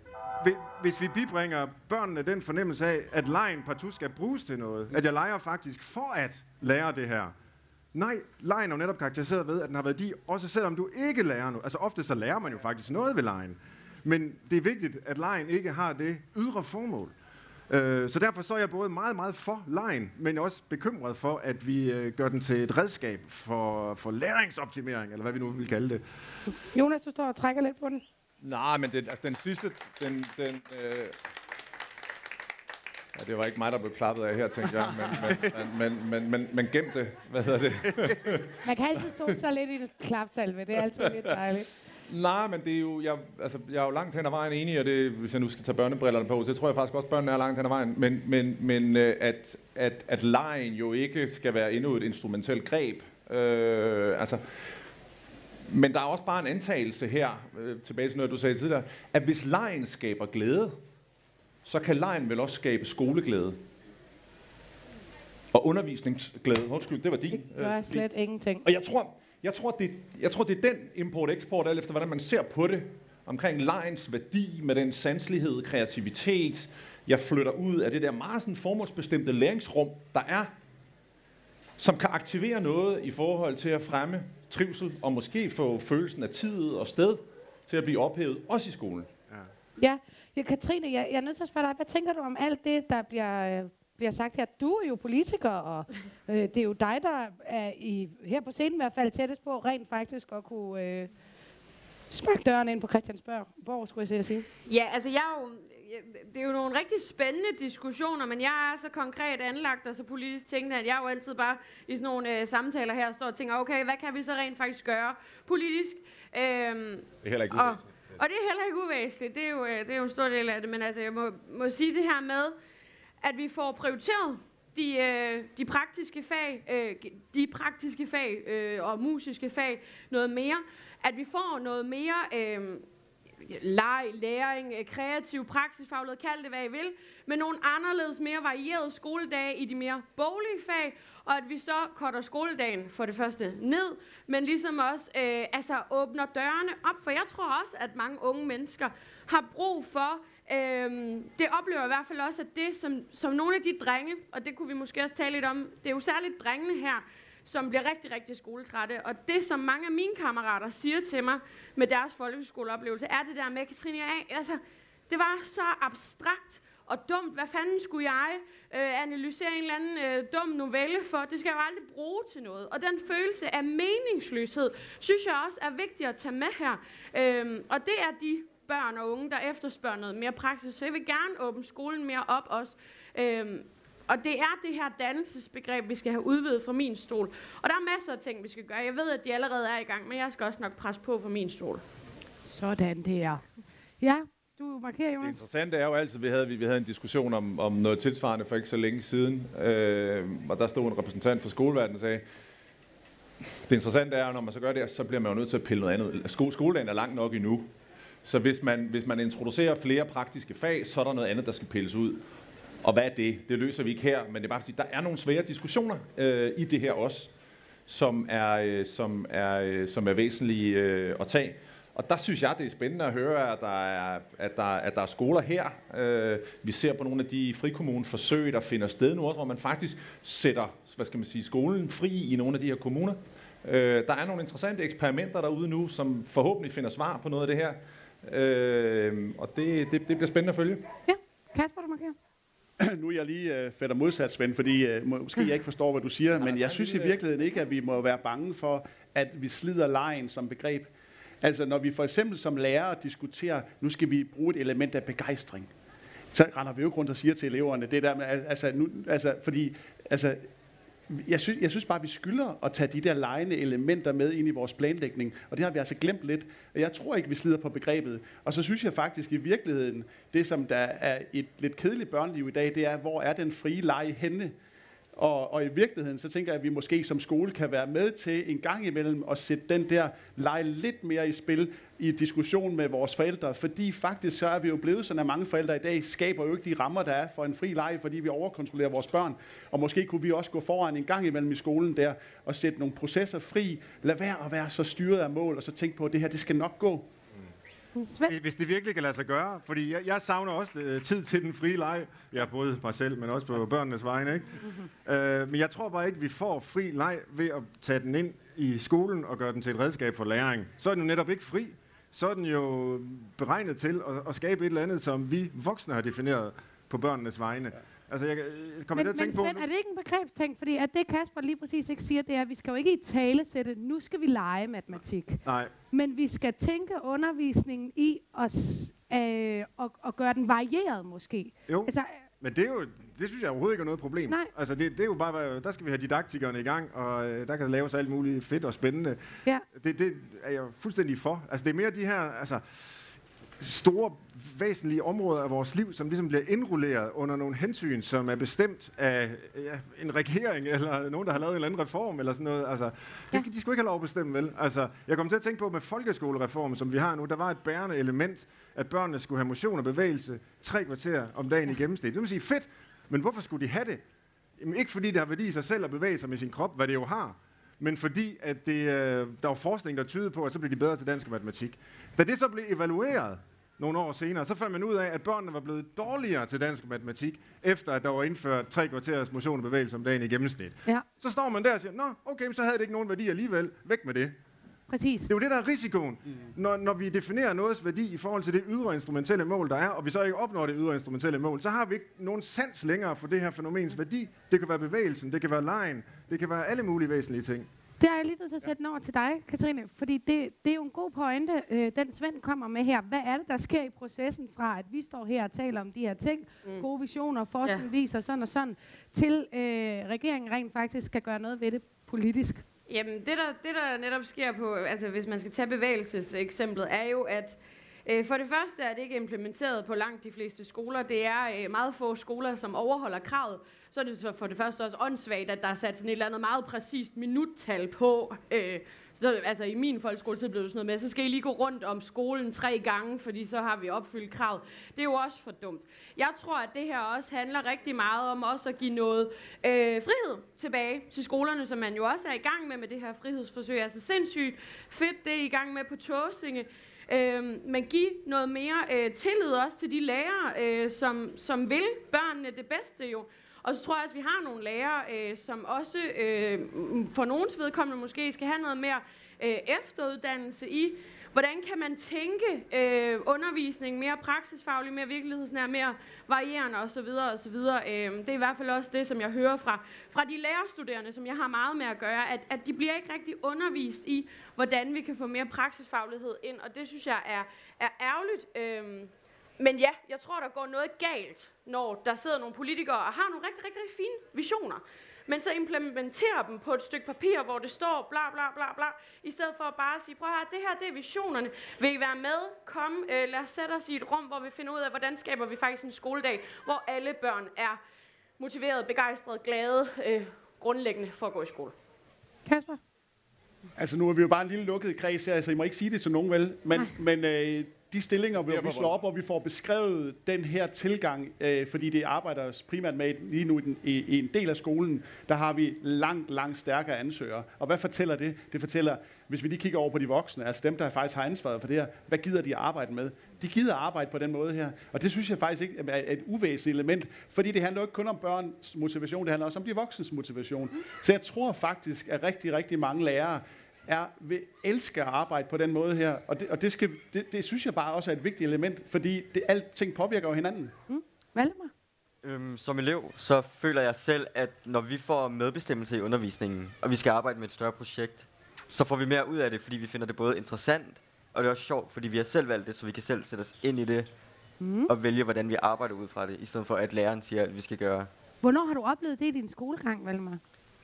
hvis vi bibringer børnene den fornemmelse af, at legen partout skal bruges til noget, at jeg leger faktisk for at lære det her. Nej, legen er jo netop karakteriseret ved, at den har værdi, også selvom du ikke lærer noget. Altså ofte så lærer man jo faktisk noget ved legen. Men det er vigtigt, at legen ikke har det ydre formål. Øh, så derfor så er jeg både meget, meget for legen, men også bekymret for, at vi øh, gør den til et redskab for, for læringsoptimering, eller hvad vi nu vil kalde det. Jonas, du står og trækker lidt på den. Nej, men det, altså, den sidste, den, den, øh... ja, det var ikke mig, der blev klappet af her, tænkte jeg, men, men, men, men, men, men gem det. Hvad hedder det? Man kan altid sole sig lidt i et klapsalve, det er altid lidt dejligt. Nej, men det er jo, jeg, altså, jeg er jo langt hen ad vejen enig, og det, hvis jeg nu skal tage børnebrillerne på, så tror jeg faktisk også, at børnene er langt hen ad vejen, men, men, men at, at, at legen jo ikke skal være endnu et instrumentelt greb. Øh, altså... Men der er også bare en antagelse her, øh, tilbage til noget, du sagde tidligere, at hvis legen skaber glæde, så kan legen vel også skabe skoleglæde. Og undervisningsglæde. Undskyld, det var din. Det gør øh, slet ingenting. Og jeg tror, jeg, tror, det, jeg tror, det er den import-eksport, alt efter hvordan man ser på det, omkring legens værdi med den sanselighed, kreativitet. Jeg flytter ud af det der meget sådan formålsbestemte læringsrum, der er, som kan aktivere noget i forhold til at fremme trivsel, og måske få følelsen af tid og sted til at blive ophævet, også i skolen. Ja, ja, ja Katrine, jeg, jeg er nødt til at spørge dig, hvad tænker du om alt det, der bliver, øh, bliver sagt her? Du er jo politiker, og øh, det er jo dig, der er i, her på scenen i hvert fald tættest på, rent faktisk at kunne øh, sparke døren ind på Christiansborg. Hvor skulle jeg se at sige? Ja, altså jeg er jo... Det er jo nogle rigtig spændende diskussioner, men jeg er så konkret anlagt og så politisk tænkende, at jeg jo altid bare i sådan nogle øh, samtaler her står og tænker, okay, hvad kan vi så rent faktisk gøre politisk? Øhm, det er heller ikke og, og det er heller ikke uvæsentligt. Det er jo, øh, det er jo en stor del af det, men altså, jeg må, må sige det her med, at vi får prioriteret de, øh, de praktiske fag, øh, de praktiske fag øh, og musiske fag noget mere. At vi får noget mere... Øh, leg, læring, kreativ, praksisfaglighed, kald det hvad I vil, med nogle anderledes, mere varierede skoledage i de mere boglige fag, og at vi så korter skoledagen for det første ned, men ligesom også øh, altså åbner dørene op, for jeg tror også, at mange unge mennesker har brug for, øh, det oplever jeg i hvert fald også, at det som, som nogle af de drenge, og det kunne vi måske også tale lidt om, det er jo særligt drengene her, som bliver rigtig, rigtig skoletrætte. Og det, som mange af mine kammerater siger til mig med deres folkeskoleoplevelse, er det der med, Katrine, jeg, altså, det var så abstrakt og dumt. Hvad fanden skulle jeg øh, analysere en eller anden øh, dum novelle for? Det skal jeg jo aldrig bruge til noget. Og den følelse af meningsløshed, synes jeg også er vigtigt at tage med her. Øhm, og det er de børn og unge, der efterspørger noget mere praksis. Så jeg vil gerne åbne skolen mere op også. Øhm, Og det er det her dannelsesbegreb, vi skal have udvidet fra min stol. Og der er masser af ting, vi skal gøre. Jeg ved, at de allerede er i gang, men jeg skal også nok presse på fra min stol. Sådan der. Ja, du markerer, Jonas? Det interessante er jo altid, vi havde, vi havde en diskussion om, om noget tilsvarende for ikke så længe siden, øh, og der stod en repræsentant for skoleverdenen og sagde, det interessante er, når man så gør det, så bliver man jo nødt til at pille noget andet. Sko- skoledagen er langt nok endnu. Så hvis man, hvis man introducerer flere praktiske fag, så er der noget andet, der skal pilles ud. Og hvad er det? Det løser vi ikke her, men det er bare fordi, der er nogle svære diskussioner øh, i det her også, som er, øh, som er, øh, som er væsentlige øh, at tage. Og der synes jeg, det er spændende at høre, at der er, at der, at der er skoler her. Øh, vi ser på nogle af de frikommuneforsøg, der finder sted nu også, hvor man faktisk sætter, hvad skal man sige, skolen fri i nogle af de her kommuner. Øh, der er nogle interessante eksperimenter derude nu, som forhåbentlig finder svar på noget af det her. Øh, og det, det, det bliver spændende at følge. Ja, Kasper, du markerer. Nu er jeg lige uh, fætter modsat, Svend, fordi uh, måske jeg ikke forstår, hvad du siger, men jeg synes i virkeligheden ikke, at vi må være bange for, at vi slider lejen som begreb. Altså, når vi for eksempel som lærere diskuterer, nu skal vi bruge et element af begejstring, så render vi jo ikke rundt og siger til eleverne, det der med, altså, nu, altså fordi, altså, jeg synes, jeg synes bare, at vi skylder at tage de der legende elementer med ind i vores planlægning, og det har vi altså glemt lidt. Jeg tror ikke, vi slider på begrebet. Og så synes jeg faktisk i virkeligheden, det som der er et lidt kedeligt børneliv i dag, det er, hvor er den frie leg henne? Og, og i virkeligheden, så tænker jeg, at vi måske som skole kan være med til en gang imellem at sætte den der leg lidt mere i spil i diskussion med vores forældre, fordi faktisk så er vi jo blevet sådan, at mange forældre i dag skaber jo ikke de rammer, der er for en fri leg, fordi vi overkontrollerer vores børn. Og måske kunne vi også gå foran en gang imellem i skolen der og sætte nogle processer fri. Lad være at være så styret af mål, og så tænke på, at det her, det skal nok gå. Svend? Hvis det virkelig kan lade sig gøre, fordi jeg, jeg savner også øh, tid til den frie leg. Jeg både mig selv, men også på børnenes vegne, ikke? Mm-hmm. Øh, men jeg tror bare ikke, vi får fri leg ved at tage den ind i skolen og gøre den til et redskab for læring. Så er den jo netop ikke fri. Så er den jo beregnet til at, at skabe et eller andet, som vi voksne har defineret på børnenes vegne. Ja. Altså, jeg, jeg kommer men, til at tænke men Svend, på... er det ikke en begrebsting? Fordi at det Kasper lige præcis ikke siger, det er, at vi skal jo ikke i tale sætte, nu skal vi lege matematik. Nej. Men vi skal tænke undervisningen i at, øh, og, og gøre den varieret måske. Jo, altså, men det, er jo, det synes jeg overhovedet ikke er noget problem. Nej. Altså, det, det er jo bare, der skal vi have didaktikerne i gang, og øh, der kan laves alt muligt fedt og spændende. Ja. Det, det er jeg fuldstændig for. Altså, det er mere de her... Altså, store, væsentlige områder af vores liv, som ligesom bliver indrulleret under nogle hensyn, som er bestemt af ja, en regering, eller nogen, der har lavet en eller anden reform, eller sådan noget. Altså, det skal de sgu ikke have lov at bestemme, vel? Altså, jeg kom til at tænke på med folkeskolereformen, som vi har nu, der var et bærende element, at børnene skulle have motion og bevægelse tre kvarter om dagen i gennemsnit. Det vil sige, fedt, men hvorfor skulle de have det? Jamen, ikke fordi det har værdi i sig selv at bevæge sig med sin krop, hvad det jo har, men fordi at det, øh, der var forskning, der tydede på, at så blev de bedre til dansk og matematik. Da det så blev evalueret nogle år senere, så fandt man ud af, at børnene var blevet dårligere til dansk og matematik, efter at der var indført tre kvarters motion og bevægelse om dagen i gennemsnit. Ja. Så står man der og siger, nå, okay, så havde det ikke nogen værdi alligevel. Væk med det. Præcis. Det er jo det, der er risikoen. Mm. Når, når vi definerer nogens værdi i forhold til det ydre instrumentelle mål, der er, og vi så ikke opnår det ydre instrumentelle mål, så har vi ikke nogen sans længere for det her fænomens værdi. Det kan være bevægelsen, det kan være legen, det kan være alle mulige væsentlige ting. Det er jeg lige nødt til at sætte den over til dig, Katrine, fordi det, det er jo en god pointe, øh, den Svend kommer med her. Hvad er det, der sker i processen fra, at vi står her og taler om de her ting, mm. gode visioner, forskning ja. viser sådan og sådan, til øh, regeringen rent faktisk skal gøre noget ved det politisk? Jamen, det der, det der netop sker på, altså hvis man skal tage bevægelseseksemplet, er jo, at øh, for det første er det ikke implementeret på langt de fleste skoler. Det er øh, meget få skoler, som overholder kravet. Så er det så for det første også åndssvagt, at der er sat sådan et eller andet meget præcist minuttal på. Øh, så altså i min folkeskole så blev det sådan noget med, så skal I lige gå rundt om skolen tre gange, fordi så har vi opfyldt kravet. Det er jo også for dumt. Jeg tror, at det her også handler rigtig meget om også at give noget øh, frihed tilbage til skolerne, som man jo også er i gang med med det her frihedsforsøg. Altså sindssygt fedt, det er I gang med på Tåsinge. Øh, men give noget mere øh, tillid også til de lærere, øh, som, som vil børnene det bedste jo. Og så tror jeg også, at vi har nogle lærere, øh, som også øh, for nogens vedkommende måske skal have noget mere øh, efteruddannelse i, hvordan kan man tænke øh, undervisning mere praksisfaglig, mere virkelighedsnær, mere varierende osv. osv. Øh, det er i hvert fald også det, som jeg hører fra, fra de lærerstuderende, som jeg har meget med at gøre, at, at de bliver ikke rigtig undervist i, hvordan vi kan få mere praksisfaglighed ind, og det synes jeg er, er ærgerligt. Øh, Men ja, jeg tror, der går noget galt, når der sidder nogle politikere og har nogle rigtig, rigtig, rigtig fine visioner. men så implementere dem på et stykke papir, hvor det står bla bla bla bla, i stedet for at bare sige, prøv at høre, det her det er visionerne. Vil I være med? Kom, øh, lad os sætte os i et rum, hvor vi finder ud af, hvordan skaber vi faktisk en skoledag, hvor alle børn er motiveret, begejstret, glade, øh, grundlæggende for at gå i skole. Kasper? Altså nu er vi jo bare en lille lukket kreds her, så I må ikke sige det til nogen vel, men, men øh, de stillinger, hvor vi slår op, og vi får beskrevet den her tilgang, øh, fordi det arbejder primært med lige nu i, den, i, i en del af skolen, der har vi langt, langt stærkere ansøgere. Og hvad fortæller det? Det fortæller, hvis vi lige kigger over på de voksne, altså dem, der faktisk har ansvaret for det her, hvad gider de arbejde med? De gider arbejde på den måde her, og det synes jeg faktisk ikke er et uvæsentligt element, fordi det handler jo ikke kun om børns motivation, det handler også om de voksnes motivation. Så jeg tror faktisk, at rigtig, rigtig mange lærere er vil elske at arbejde på den måde her, og det, og det, skal, det, det synes jeg bare også er et vigtigt element, fordi det, alting påvirker jo hinanden. Mm. Valdemar? Øhm, som elev, så føler jeg selv, at når vi får medbestemmelse i undervisningen, og vi skal arbejde med et større projekt, så får vi mere ud af det, fordi vi finder det både interessant, og det er også sjovt, fordi vi har selv valgt det, så vi kan selv sætte os ind i det, mm. og vælge, hvordan vi arbejder ud fra det, i stedet for at læreren siger, at vi skal gøre. Hvornår har du oplevet det i din skolegang, Valdemar?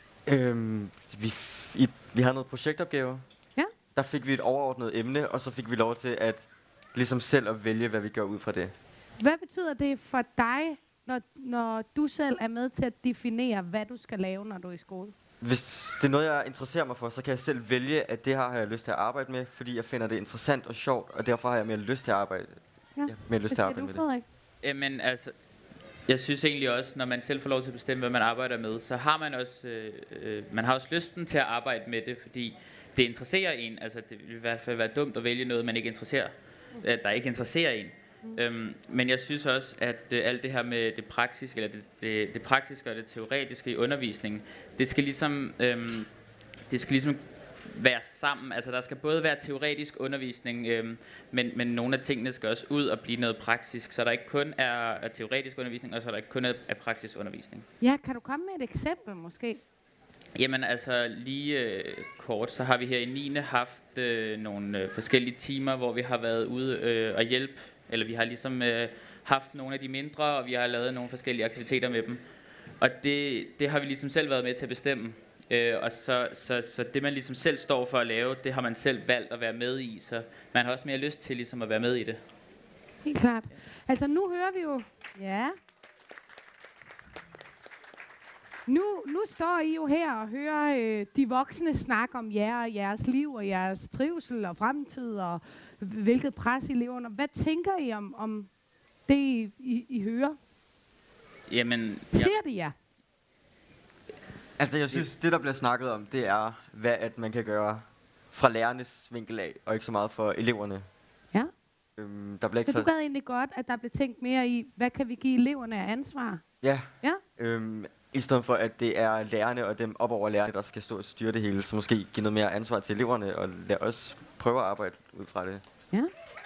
Øhm, vi, i, vi havde noget projektopgave. Ja. Der fik vi et overordnet emne, og så fik vi lov til at ligesom selv at vælge, hvad vi gør ud fra det. Hvad betyder det for dig, når, når du selv er med til at definere, hvad du skal lave, når du er i skole? Hvis det er noget, jeg interesserer mig for, så kan jeg selv vælge, at det her har jeg lyst til at arbejde med, fordi jeg finder det interessant og sjovt, og derfor har jeg mere lyst til at arbejde, ja. Ja, mere lyst til at arbejde med det. Jamen altså, jeg synes egentlig også, når man selv får lov til at bestemme, hvad man arbejder med, så har man også, øh, øh, man har også lysten til at arbejde med det, fordi det interesserer en. Altså, det vil i hvert fald være dumt at vælge noget, man ikke interesserer, at der ikke interesserer en. Mm. Øhm, men jeg synes også, at øh, alt det her med det praktiske, eller det, det, det praktiske og det teoretiske i undervisningen, det skal ligesom, øhm, det skal ligesom være sammen. Altså der skal både være teoretisk undervisning, øhm, men, men nogle af tingene skal også ud og blive noget praktisk, så der ikke kun er, er teoretisk undervisning, og så der ikke kun er, er praktisk undervisning. Ja, kan du komme med et eksempel måske? Jamen altså lige øh, kort, så har vi her i niende haft øh, nogle øh, forskellige timer, hvor vi har været ude øh, og hjælpe, eller vi har ligesom øh, haft nogle af de mindre, og vi har lavet nogle forskellige aktiviteter med dem. Og det, det har vi ligesom selv været med til at bestemme. Øh, og så, så, så det man ligesom selv står for at lave, det har man selv valgt at være med i, så man har også mere lyst til ligesom at være med i det. Helt klart. Altså nu hører vi jo, ja, nu, nu står I jo her og hører øh, de voksne snakke om jer og jeres liv og jeres trivsel og fremtid og hvilket pres I lever under. Hvad tænker I om, om det I, I, I hører? Jamen, ja. Ser det jer? Altså jeg synes, det der bliver snakket om, det er, hvad at man kan gøre fra lærernes vinkel af, og ikke så meget for eleverne. Ja. Øhm, der bliver ikke så du gad egentlig godt, at der blev tænkt mere i, hvad kan vi give eleverne af ansvar? Ja. Ja. Øhm, I stedet for, at det er lærerne og dem op over lærerne, der skal stå og styre det hele, så måske give noget mere ansvar til eleverne, og lad os prøve at arbejde ud fra det. Ja.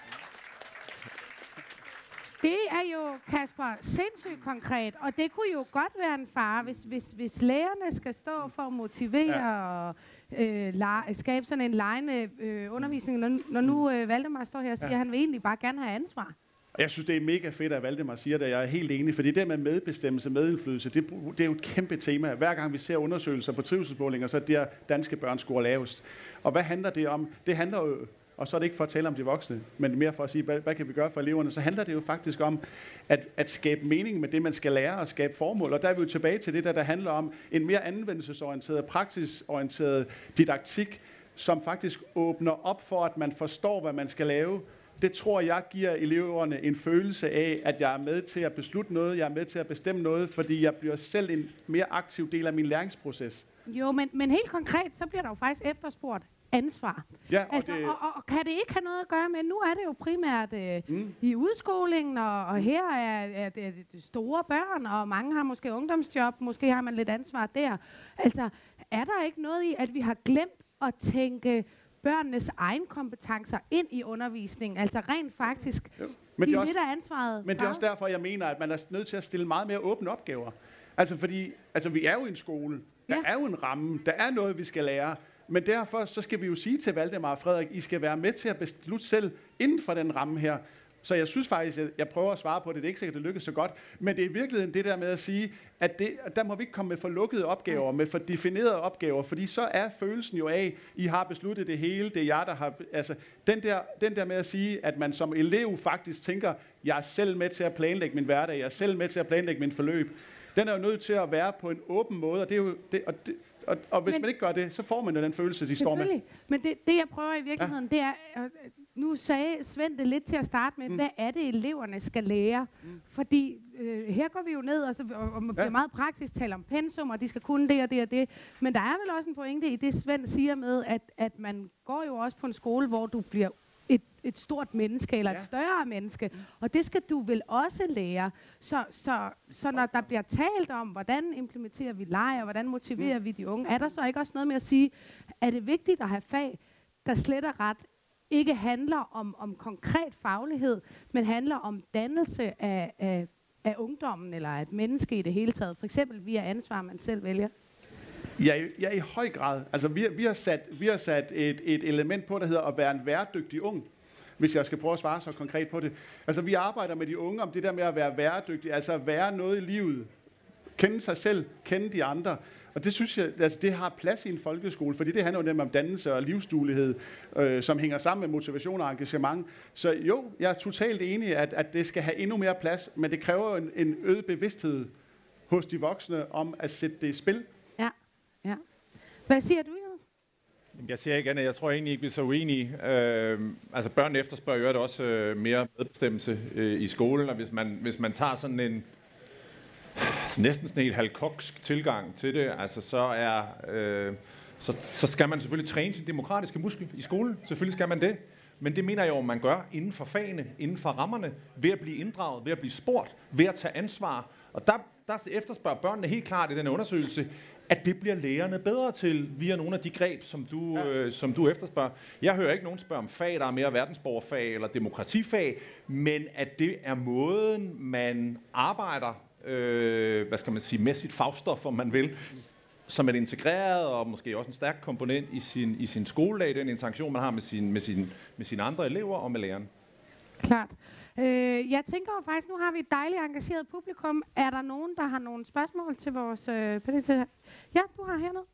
Det er jo, Kasper, sindssygt konkret, og det kunne jo godt være en fare, hvis, hvis, hvis lærerne skal stå for at motivere ja. og øh, la- skabe sådan en lejende øh, undervisning, når, når nu øh, Valdemar står her og siger, ja. at han vil egentlig bare gerne have ansvar. Jeg synes, det er mega fedt, at Valdemar siger det, jeg er helt enig, fordi det med medbestemmelse, medindflydelse, det, det er jo et kæmpe tema. Hver gang vi ser undersøgelser på trivselsmålinger, så er det der danske børn scorer lavest. Og hvad handler det om? Det handler jo, og så er det ikke for at tale om de voksne, men mere for at sige, hvad, hvad kan vi gøre for eleverne? Så handler det jo faktisk om at, at skabe mening med det, man skal lære, og skabe formål. Og der er vi jo tilbage til det, der, der handler om en mere anvendelsesorienteret, praksisorienteret didaktik, som faktisk åbner op for, at man forstår, hvad man skal lave. Det tror jeg giver eleverne en følelse af, at jeg er med til at beslutte noget, jeg er med til at bestemme noget, fordi jeg bliver selv en mere aktiv del af min læringsproces. Jo, men, men helt konkret, så bliver der jo faktisk efterspurgt ansvar. Ja, og, altså, det... og, og, og kan det ikke have noget at gøre med, nu er det jo primært øh, mm. i udskolingen, og, og her er, er det store børn, og mange har måske ungdomsjob, måske har man lidt ansvar der. Altså, er der ikke noget i, at vi har glemt at tænke børnenes egen kompetencer ind i undervisningen, altså rent faktisk men det er lidt af ansvaret. Men det er også derfor, jeg mener, at man er nødt til at stille meget mere åbne opgaver. Altså fordi, altså vi er jo i en skole, der ja. er jo en ramme, der er noget, vi skal lære, men derfor så skal vi jo sige til Valdemar og Frederik, I skal være med til at beslutte selv inden for den ramme her, Så jeg synes faktisk, at jeg prøver at svare på det. Det er ikke sikkert, det lykkes så godt. Men det er i virkeligheden det der med at sige, at det, der må vi ikke komme med for lukkede opgaver, med for definerede opgaver, fordi så er følelsen jo af, I har besluttet det hele, det er jer, der har... Altså, den der, den der med at sige, at man som elev faktisk tænker, jeg er selv med til at planlægge min hverdag, jeg er selv med til at planlægge min forløb, den er jo nødt til at være på en åben måde, og det er jo... Det, og det, Og, og hvis men, man ikke gør det, så får man jo den følelse, de står med. Men det, det, jeg prøver i virkeligheden, ja. det er... Nu sagde Svend det lidt til at starte med, mm. hvad er det, eleverne skal lære? Mm. Fordi øh, her går vi jo ned, og, så, og, og man bliver ja. meget praktisk, taler om pensum, og de skal kunne det og det og det. Men der er vel også en pointe i det, Svend siger med, at, at man går jo også på en skole, hvor du bliver et, et stort menneske, eller ja. et større menneske. Mm. Og det skal du vel også lære. Så, så, så når der bliver talt om, hvordan implementerer vi leg, og hvordan motiverer mm. vi de unge, er der så ikke også noget med at sige, er det vigtigt at have fag, der slet og ret ikke handler om, om konkret faglighed, men handler om dannelse af, af, af ungdommen, eller af et menneske i det hele taget. For eksempel via ansvar, man selv vælger. Ja, ja, i høj grad. Altså, vi, vi har sat, vi har sat et, et element på, der hedder at være en værdygtig ung, hvis jeg skal prøve at svare så konkret på det. Altså, vi arbejder med de unge om det der med at være værdygtig, altså at være noget i livet. Kende sig selv, kende de andre. Og det synes jeg, altså det har plads i en folkeskole, fordi det handler jo nemlig om dannelse og livsduelighed, øh, som hænger sammen med motivation og engagement. Så jo, jeg er totalt enig, at, at det skal have endnu mere plads, men det kræver en, en øget bevidsthed hos de voksne om at sætte det i spil. Ja, ja. Hvad siger du, Jonas? Jeg siger ikke andet, jeg tror egentlig ikke, vi er så uenige. Øh, altså børn efterspørger jo også øh, mere medbestemmelse øh, i skolen, og hvis man, hvis man tager sådan en næsten sådan en helt halvkoksk tilgang til det, altså så er øh, så, så skal man selvfølgelig træne sin demokratiske muskel i skolen. Selvfølgelig skal man det. Men det mener jeg jo, man gør inden for fagene, inden for rammerne, ved at blive inddraget, ved at blive spurgt, ved at tage ansvar. Og der, der efterspørger børnene helt klart i den undersøgelse, at det bliver lærerne bedre til via nogle af de greb, som du, ja. øh, som du efterspørger. Jeg hører ikke nogen spørge om fag, der er mere verdensborgerfag eller demokratifag, men at det er måden, man arbejder Øh, hvad skal man sige, med sit fagstof, om man vil, som er integreret og måske også en stærk komponent i sin, i sin skoledag, den interaktion, man har med, sin, med, sin, med sine andre elever og med læreren. Klart. Øh, jeg tænker jo faktisk, nu har vi et dejligt engageret publikum. Er der nogen, der har nogle spørgsmål til vores øh, panel? Ja, du har hernede.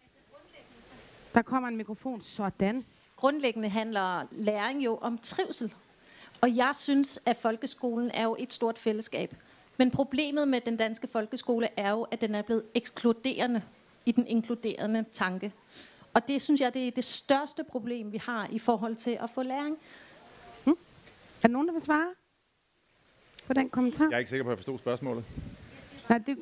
Der kommer en mikrofon. Sådan. Grundlæggende handler læring jo om trivsel. Og jeg synes, at folkeskolen er jo et stort fællesskab. Men problemet med den danske folkeskole er jo, at den er blevet ekskluderende i den inkluderende tanke. Og det synes jeg, det er det største problem, vi har i forhold til at få læring. Hmm? Er der nogen, der vil svare på den kommentar? Jeg er ikke sikker på, at jeg forstod spørgsmålet. Nej, det...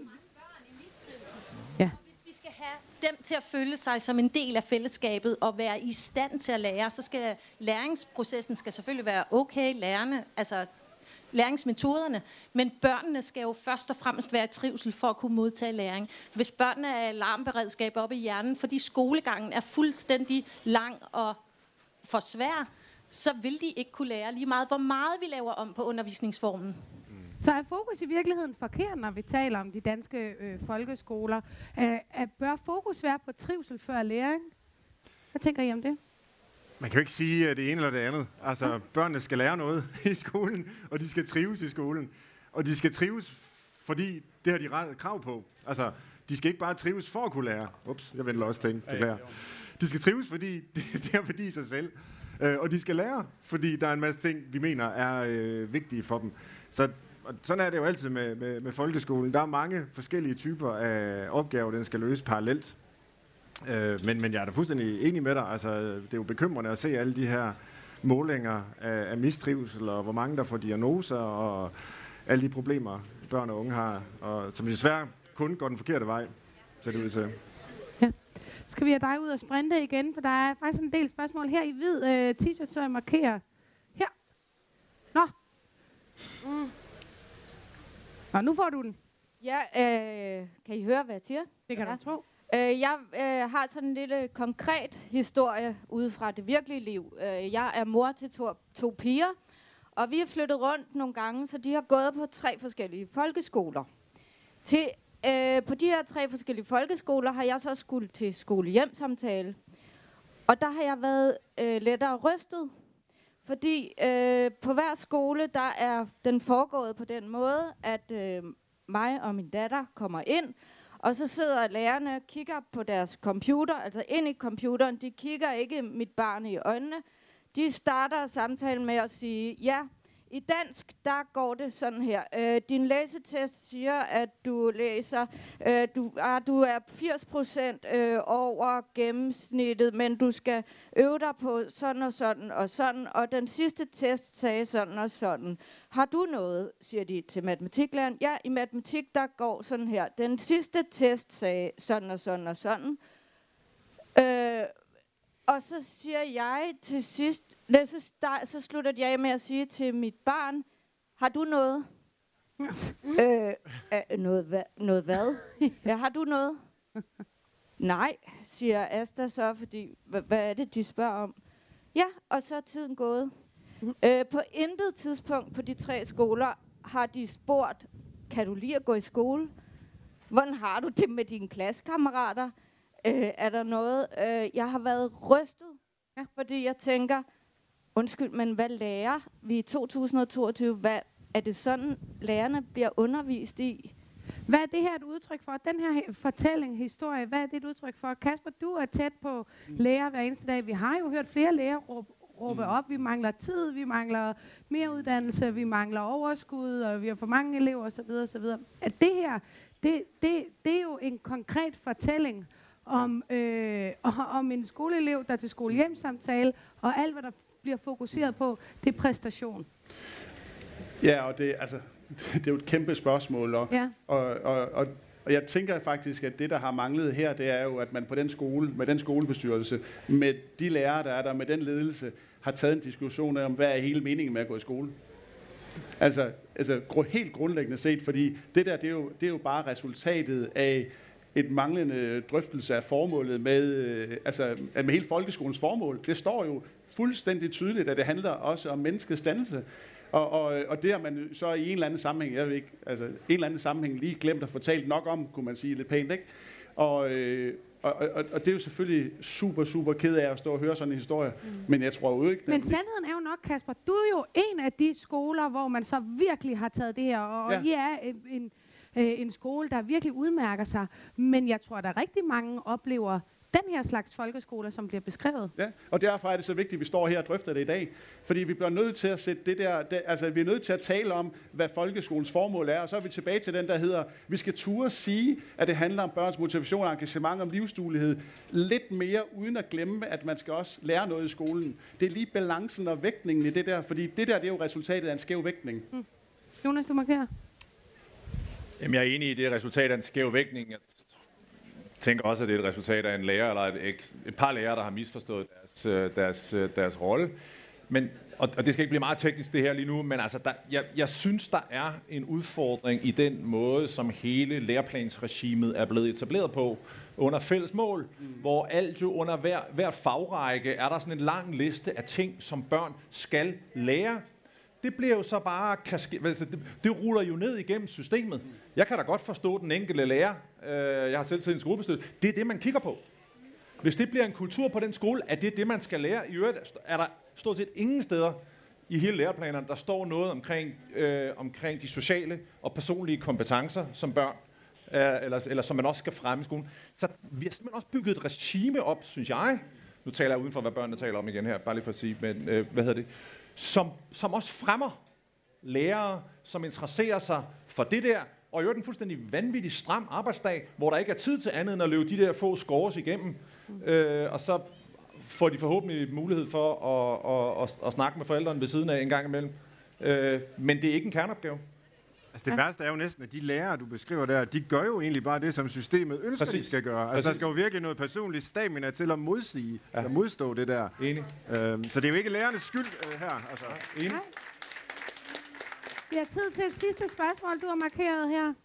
Ja. Hvis vi skal have dem til at føle sig som en del af fællesskabet og være i stand til at lære, så skal læringsprocessen skal selvfølgelig være okay, lærerne, altså læringsmetoderne, men børnene skal jo først og fremmest være i trivsel for at kunne modtage læring. Hvis børnene er alarmberedskab oppe i hjernen, fordi skolegangen er fuldstændig lang og for svær, så vil de ikke kunne lære lige meget, hvor meget vi laver om på undervisningsformen. Så er fokus i virkeligheden forkert, når vi taler om de danske øh, folkeskoler? Æh, at bør fokus være på trivsel før læring? Hvad tænker I om det? Man kan jo ikke sige det ene eller det andet. Altså, børnene skal lære noget i skolen, og de skal trives i skolen. Og de skal trives, fordi det har de ret krav på. Altså, de skal ikke bare trives for at kunne lære. Ups, jeg venter også tænke, det lærer. De skal trives, fordi det, det er fordi sig selv. Øh, og de skal lære, fordi der er en masse ting, vi mener er øh, vigtige for dem. Så og sådan er det jo altid med, med, med folkeskolen. Der er mange forskellige typer af opgaver, den skal løse parallelt. Øh, men, men jeg er da fuldstændig enig med dig. Altså, det er jo bekymrende at se alle de her målinger af, af mistrivsel, og hvor mange der får diagnoser, og alle de problemer, børn og unge har, og som desværre kun går den forkerte vej, ser det ud til. Ja. Skal vi have dig ud og sprinte igen, for der er faktisk en del spørgsmål her i hvid øh, t-shirt, så jeg markerer her. Nå. Mm. Nå, nu får du den. Ja, øh, kan I høre, hvad jeg siger? Det kan ja. du tro. Øh, jeg øh, har sådan en lille konkret historie ude fra det virkelige liv. Øh, jeg er mor til to, to piger, og vi har flyttet rundt nogle gange, så de har gået på tre forskellige folkeskoler. Til, øh, på de her tre forskellige folkeskoler har jeg så skulle til skole-hjem-samtale. Og der har jeg været øh, lettere rystet, Fordi øh, på hver skole, der er den foregået på den måde, at øh, mig og min datter kommer ind, og så sidder lærerne og kigger på deres computer, altså ind i computeren. De kigger ikke mit barn i øjnene. De starter samtalen med at sige, ja, i dansk, der går det sådan her. Øh, din læsetest siger, at du læser, øh, du, ah, du er firs procent øh, over gennemsnittet, men du skal øve dig på sådan og sådan og sådan, og den sidste test sagde sådan og sådan. Har du noget, siger de til matematiklæreren? Ja, i matematik, der går sådan her. Den sidste test sagde sådan og sådan og sådan. Øh, og så siger jeg til sidst, så, start, så slutter jeg af med at sige til mit barn, har du noget? øh, øh, noget, hva, noget hvad? Ja, har du noget? Nej, siger Asta så, fordi, hva, hvad er det, de spørger om? Ja, og så er tiden gået. Øh, på intet tidspunkt på de tre skoler har de spurgt, kan du lide at gå i skole? Hvordan har du det med dine klassekammerater? Øh, er der noget? Øh, jeg har været rystet, ja. Fordi jeg tænker, undskyld, men hvad lærer vi i to tusind og toogtyve? Hvad, er det sådan, lærerne bliver undervist i? Hvad er det her et udtryk for? Den her fortælling, historie, hvad er det et udtryk for? Kasper, du er tæt på lærer hver eneste dag. Vi har jo hørt flere lærere råbe, råbe op. Vi mangler tid, vi mangler mere uddannelse, vi mangler overskud, og vi har for mange elever osv. osv. At det her, det, det, det er jo en konkret fortælling om, øh, om en skoleelev, der er til skolehjemsamtale, og alt, hvad der bliver fokuseret på, det er præstation. Ja, og det, altså, det er jo et kæmpe spørgsmål, og, ja. og, og, og, og jeg tænker faktisk, at det, der har manglet her, det er jo, at man på den skole, med den skolebestyrelse, med de lærere, der er der, med den ledelse, har taget en diskussion om, hvad er hele meningen med at gå i skole. Altså, altså helt grundlæggende set, fordi det der, det er jo, det er jo bare resultatet af et manglende drøftelse af formålet med, øh, altså, med hele folkeskolens formål. Det står jo fuldstændig tydeligt, at det handler også om menneskets dannelse. Og, og, og det har man så i en eller anden sammenhæng, jeg ved ikke, altså en eller anden sammenhæng lige glemt at fortælle nok om, kunne man sige lidt pænt, ikke? Og, øh, og, og, og det er jo selvfølgelig super, super ked af at stå og høre sådan en historie, mm. men jeg tror jo ikke... Men sandheden er jo nok, Kasper, du er jo en af de skoler, hvor man så virkelig har taget det her, og ja. I er en, en, en skole, der virkelig udmærker sig, men jeg tror, der er rigtig mange oplever den her slags folkeskoler, som bliver beskrevet. Ja, og derfor er det så vigtigt, at vi står her og drøfter det i dag. Fordi vi bliver nødt til at sætte det der, det, altså vi er nødt til at tale om, hvad folkeskolens formål er, og så er vi tilbage til den, der hedder, vi skal turde sige, at det handler om børns motivation og engagement, om livsduelighed, lidt mere uden at glemme, at man skal også lære noget i skolen. Det er lige balancen og vægtningen i det der, fordi det der, det er jo resultatet af en skæv vægtning. Hmm. Jonas, du markerer. Jamen, jeg er enig i, det resultat af en skæv vægtning. Jeg tænker også, at det er et resultat af en lærer, eller et, et par lærere, der har misforstået deres, deres, deres rolle. Men, og, og det skal ikke blive meget teknisk det her lige nu, men altså, der, jeg, jeg synes, der er en udfordring i den måde, som hele læreplansregimet er blevet etableret på under fælles mål, mm. hvor alt jo under hver, hver fagrække er der sådan en lang liste af ting, som børn skal lære. Det bliver jo så bare kaske- altså, det, det ruller jo ned igennem systemet. Jeg kan da godt forstå den enkelte lærer. Øh, jeg har selv siddet i en skolebestyrelse. Det er det, man kigger på. Hvis det bliver en kultur på den skole, er det det, man skal lære. I øvrigt er der stort set ingen steder i hele læreplanerne, der står noget omkring, øh, omkring de sociale og personlige kompetencer som børn, øh, eller, eller som man også skal fremme i skolen. Så vi har simpelthen også bygget et regime op, synes jeg. Nu taler jeg uden for, hvad børnene taler om igen her, bare lige for at sige, men øh, hvad hedder det? Som, som også fremmer lærere, som interesserer sig for det der, og i øvrigt en fuldstændig vanvittig stram arbejdsdag, hvor der ikke er tid til andet end at løbe de der få scores igennem, øh, og så får de forhåbentlig mulighed for at, at, at, at snakke med forældrene ved siden af en gang imellem. Øh, men det er ikke en kerneopgave. Altså det ja. værste er jo næsten, at de lærere, du beskriver der, de gør jo egentlig bare det, som systemet ønsker, Præcis. de skal gøre. Altså Præcis. der skal jo virkelig noget personligt stamina til at modsige, ja. eller modstå det der. Enig. Øhm, så det er jo ikke lærernes skyld øh, her. Altså. Enig. Nej. Vi har tid til et sidste spørgsmål, du har markeret her.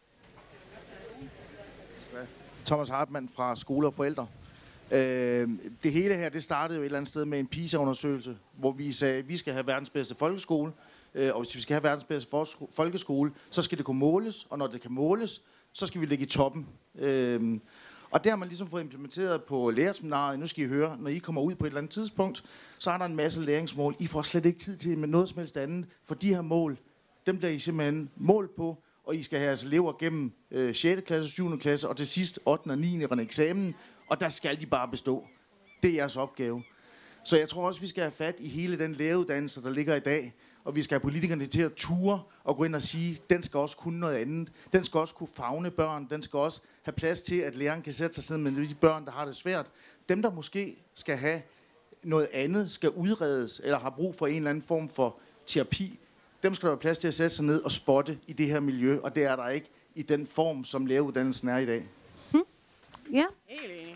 Thomas Hartmann fra Skole og Forældre. Øh, det hele her, det startede jo et eller andet sted med en PISA-undersøgelse, hvor vi sagde, at vi skal have verdens bedste folkeskole, øh, og hvis vi skal have verdens bedste folkeskole, så skal det kunne måles, og når det kan måles, så skal vi ligge i toppen. Øh, Og det har man ligesom fået implementeret på lærerseminaret. Nu skal I høre, når I kommer ud på et eller andet tidspunkt, så er der en masse læringsmål. I får slet ikke tid til med noget som helst andet. For de her mål, dem bliver I simpelthen mål på, og I skal have jeres elever gennem øh, sjette klasse, syvende klasse, og til sidst ottende og niende en eksamen, og der skal de bare bestå. Det er jeres opgave. Så jeg tror også, vi skal have fat i hele den læreruddannelse, der ligger i dag, og vi skal have politikerne til at ture og gå ind og sige, den skal også kunne noget andet. Den skal også kunne favne børn. Den skal også have plads til, at læreren kan sætte sig ned med de børn, der har det svært. Dem, der måske skal have noget andet, skal udredes, eller har brug for en eller anden form for terapi, dem skal der være plads til at sætte sig ned og spotte i det her miljø, og det er der ikke i den form, som læreruddannelsen er i dag. Hmm. Ja. Helt enig.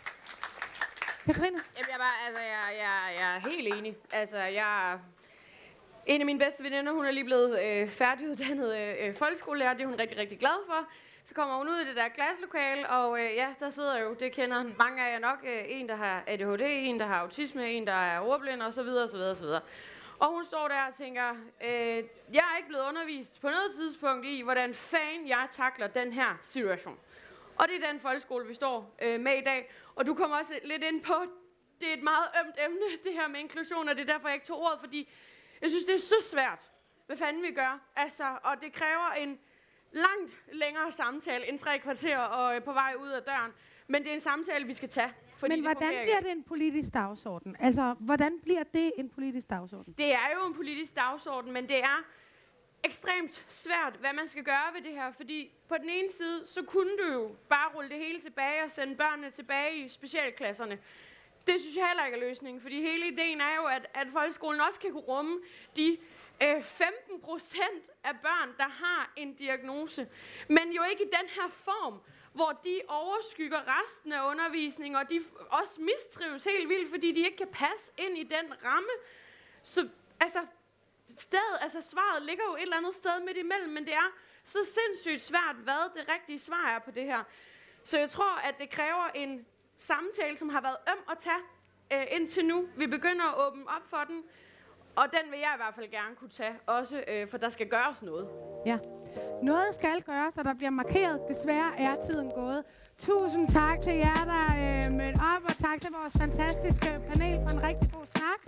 Katrine? Jamen, jeg, er bare, altså, jeg, jeg, jeg er helt enig. Altså, jeg... En af mine bedste veninder, hun er lige blevet øh, færdiguddannet øh, folkeskolelærer. Det er hun rigtig, rigtig glad for. Så kommer hun ud i det der klasselokale, og øh, ja, der sidder jo, det kender mange af jer nok, øh, en, der har A D H D, en, der har autisme, en, der er ordblind, og så videre, og så videre, og så videre. Og hun står der og tænker, øh, jeg er ikke blevet undervist på noget tidspunkt i, hvordan fanden jeg takler den her situation. Og det er den folkeskole, vi står øh, med i dag. Og du kommer også lidt ind på, det er et meget ømt emne, det her med inklusion, og det er derfor, jeg ikke tog ordet, fordi jeg synes, det er så svært, hvad fanden vi gør. Altså, og det kræver en langt længere samtale end tre kvarter og øh, på vej ud af døren. Men det er en samtale, vi skal tage. Fordi Men hvordan det bliver det en politisk dagsorden? Altså, hvordan bliver det en politisk dagsorden? Det er jo en politisk dagsorden, men det er ekstremt svært, hvad man skal gøre ved det her. Fordi på den ene side, så kunne du jo bare rulle det hele tilbage og sende børnene tilbage i specialklasserne. Det synes jeg heller ikke er løsningen, fordi hele ideen er jo, at, at folkeskolen også kan kunne rumme de øh, femten procent af børn, der har en diagnose. Men jo ikke i den her form, hvor de overskygger resten af undervisningen, og de også mistrives helt vildt, fordi de ikke kan passe ind i den ramme. Så altså, stedet, altså svaret ligger jo et eller andet sted midt imellem, men det er så sindssygt svært, hvad det rigtige svar er på det her. Så jeg tror, at det kræver en samtale, som har været øm at tage øh, indtil nu. Vi begynder at åbne op for den, og den vil jeg i hvert fald gerne kunne tage også, øh, for der skal gøres noget. Ja. Noget skal gøres, og der bliver markeret. Desværre er tiden gået. Tusind tak til jer, der øh, mødte op, og tak til vores fantastiske panel for en rigtig god snak.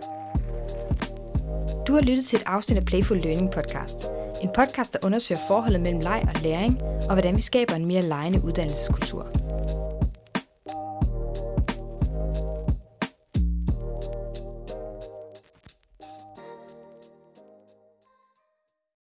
Du har lyttet til et afsnit af Playful Learning podcast. En podcast, der undersøger forholdet mellem leg og læring, og hvordan vi skaber en mere legende uddannelseskultur.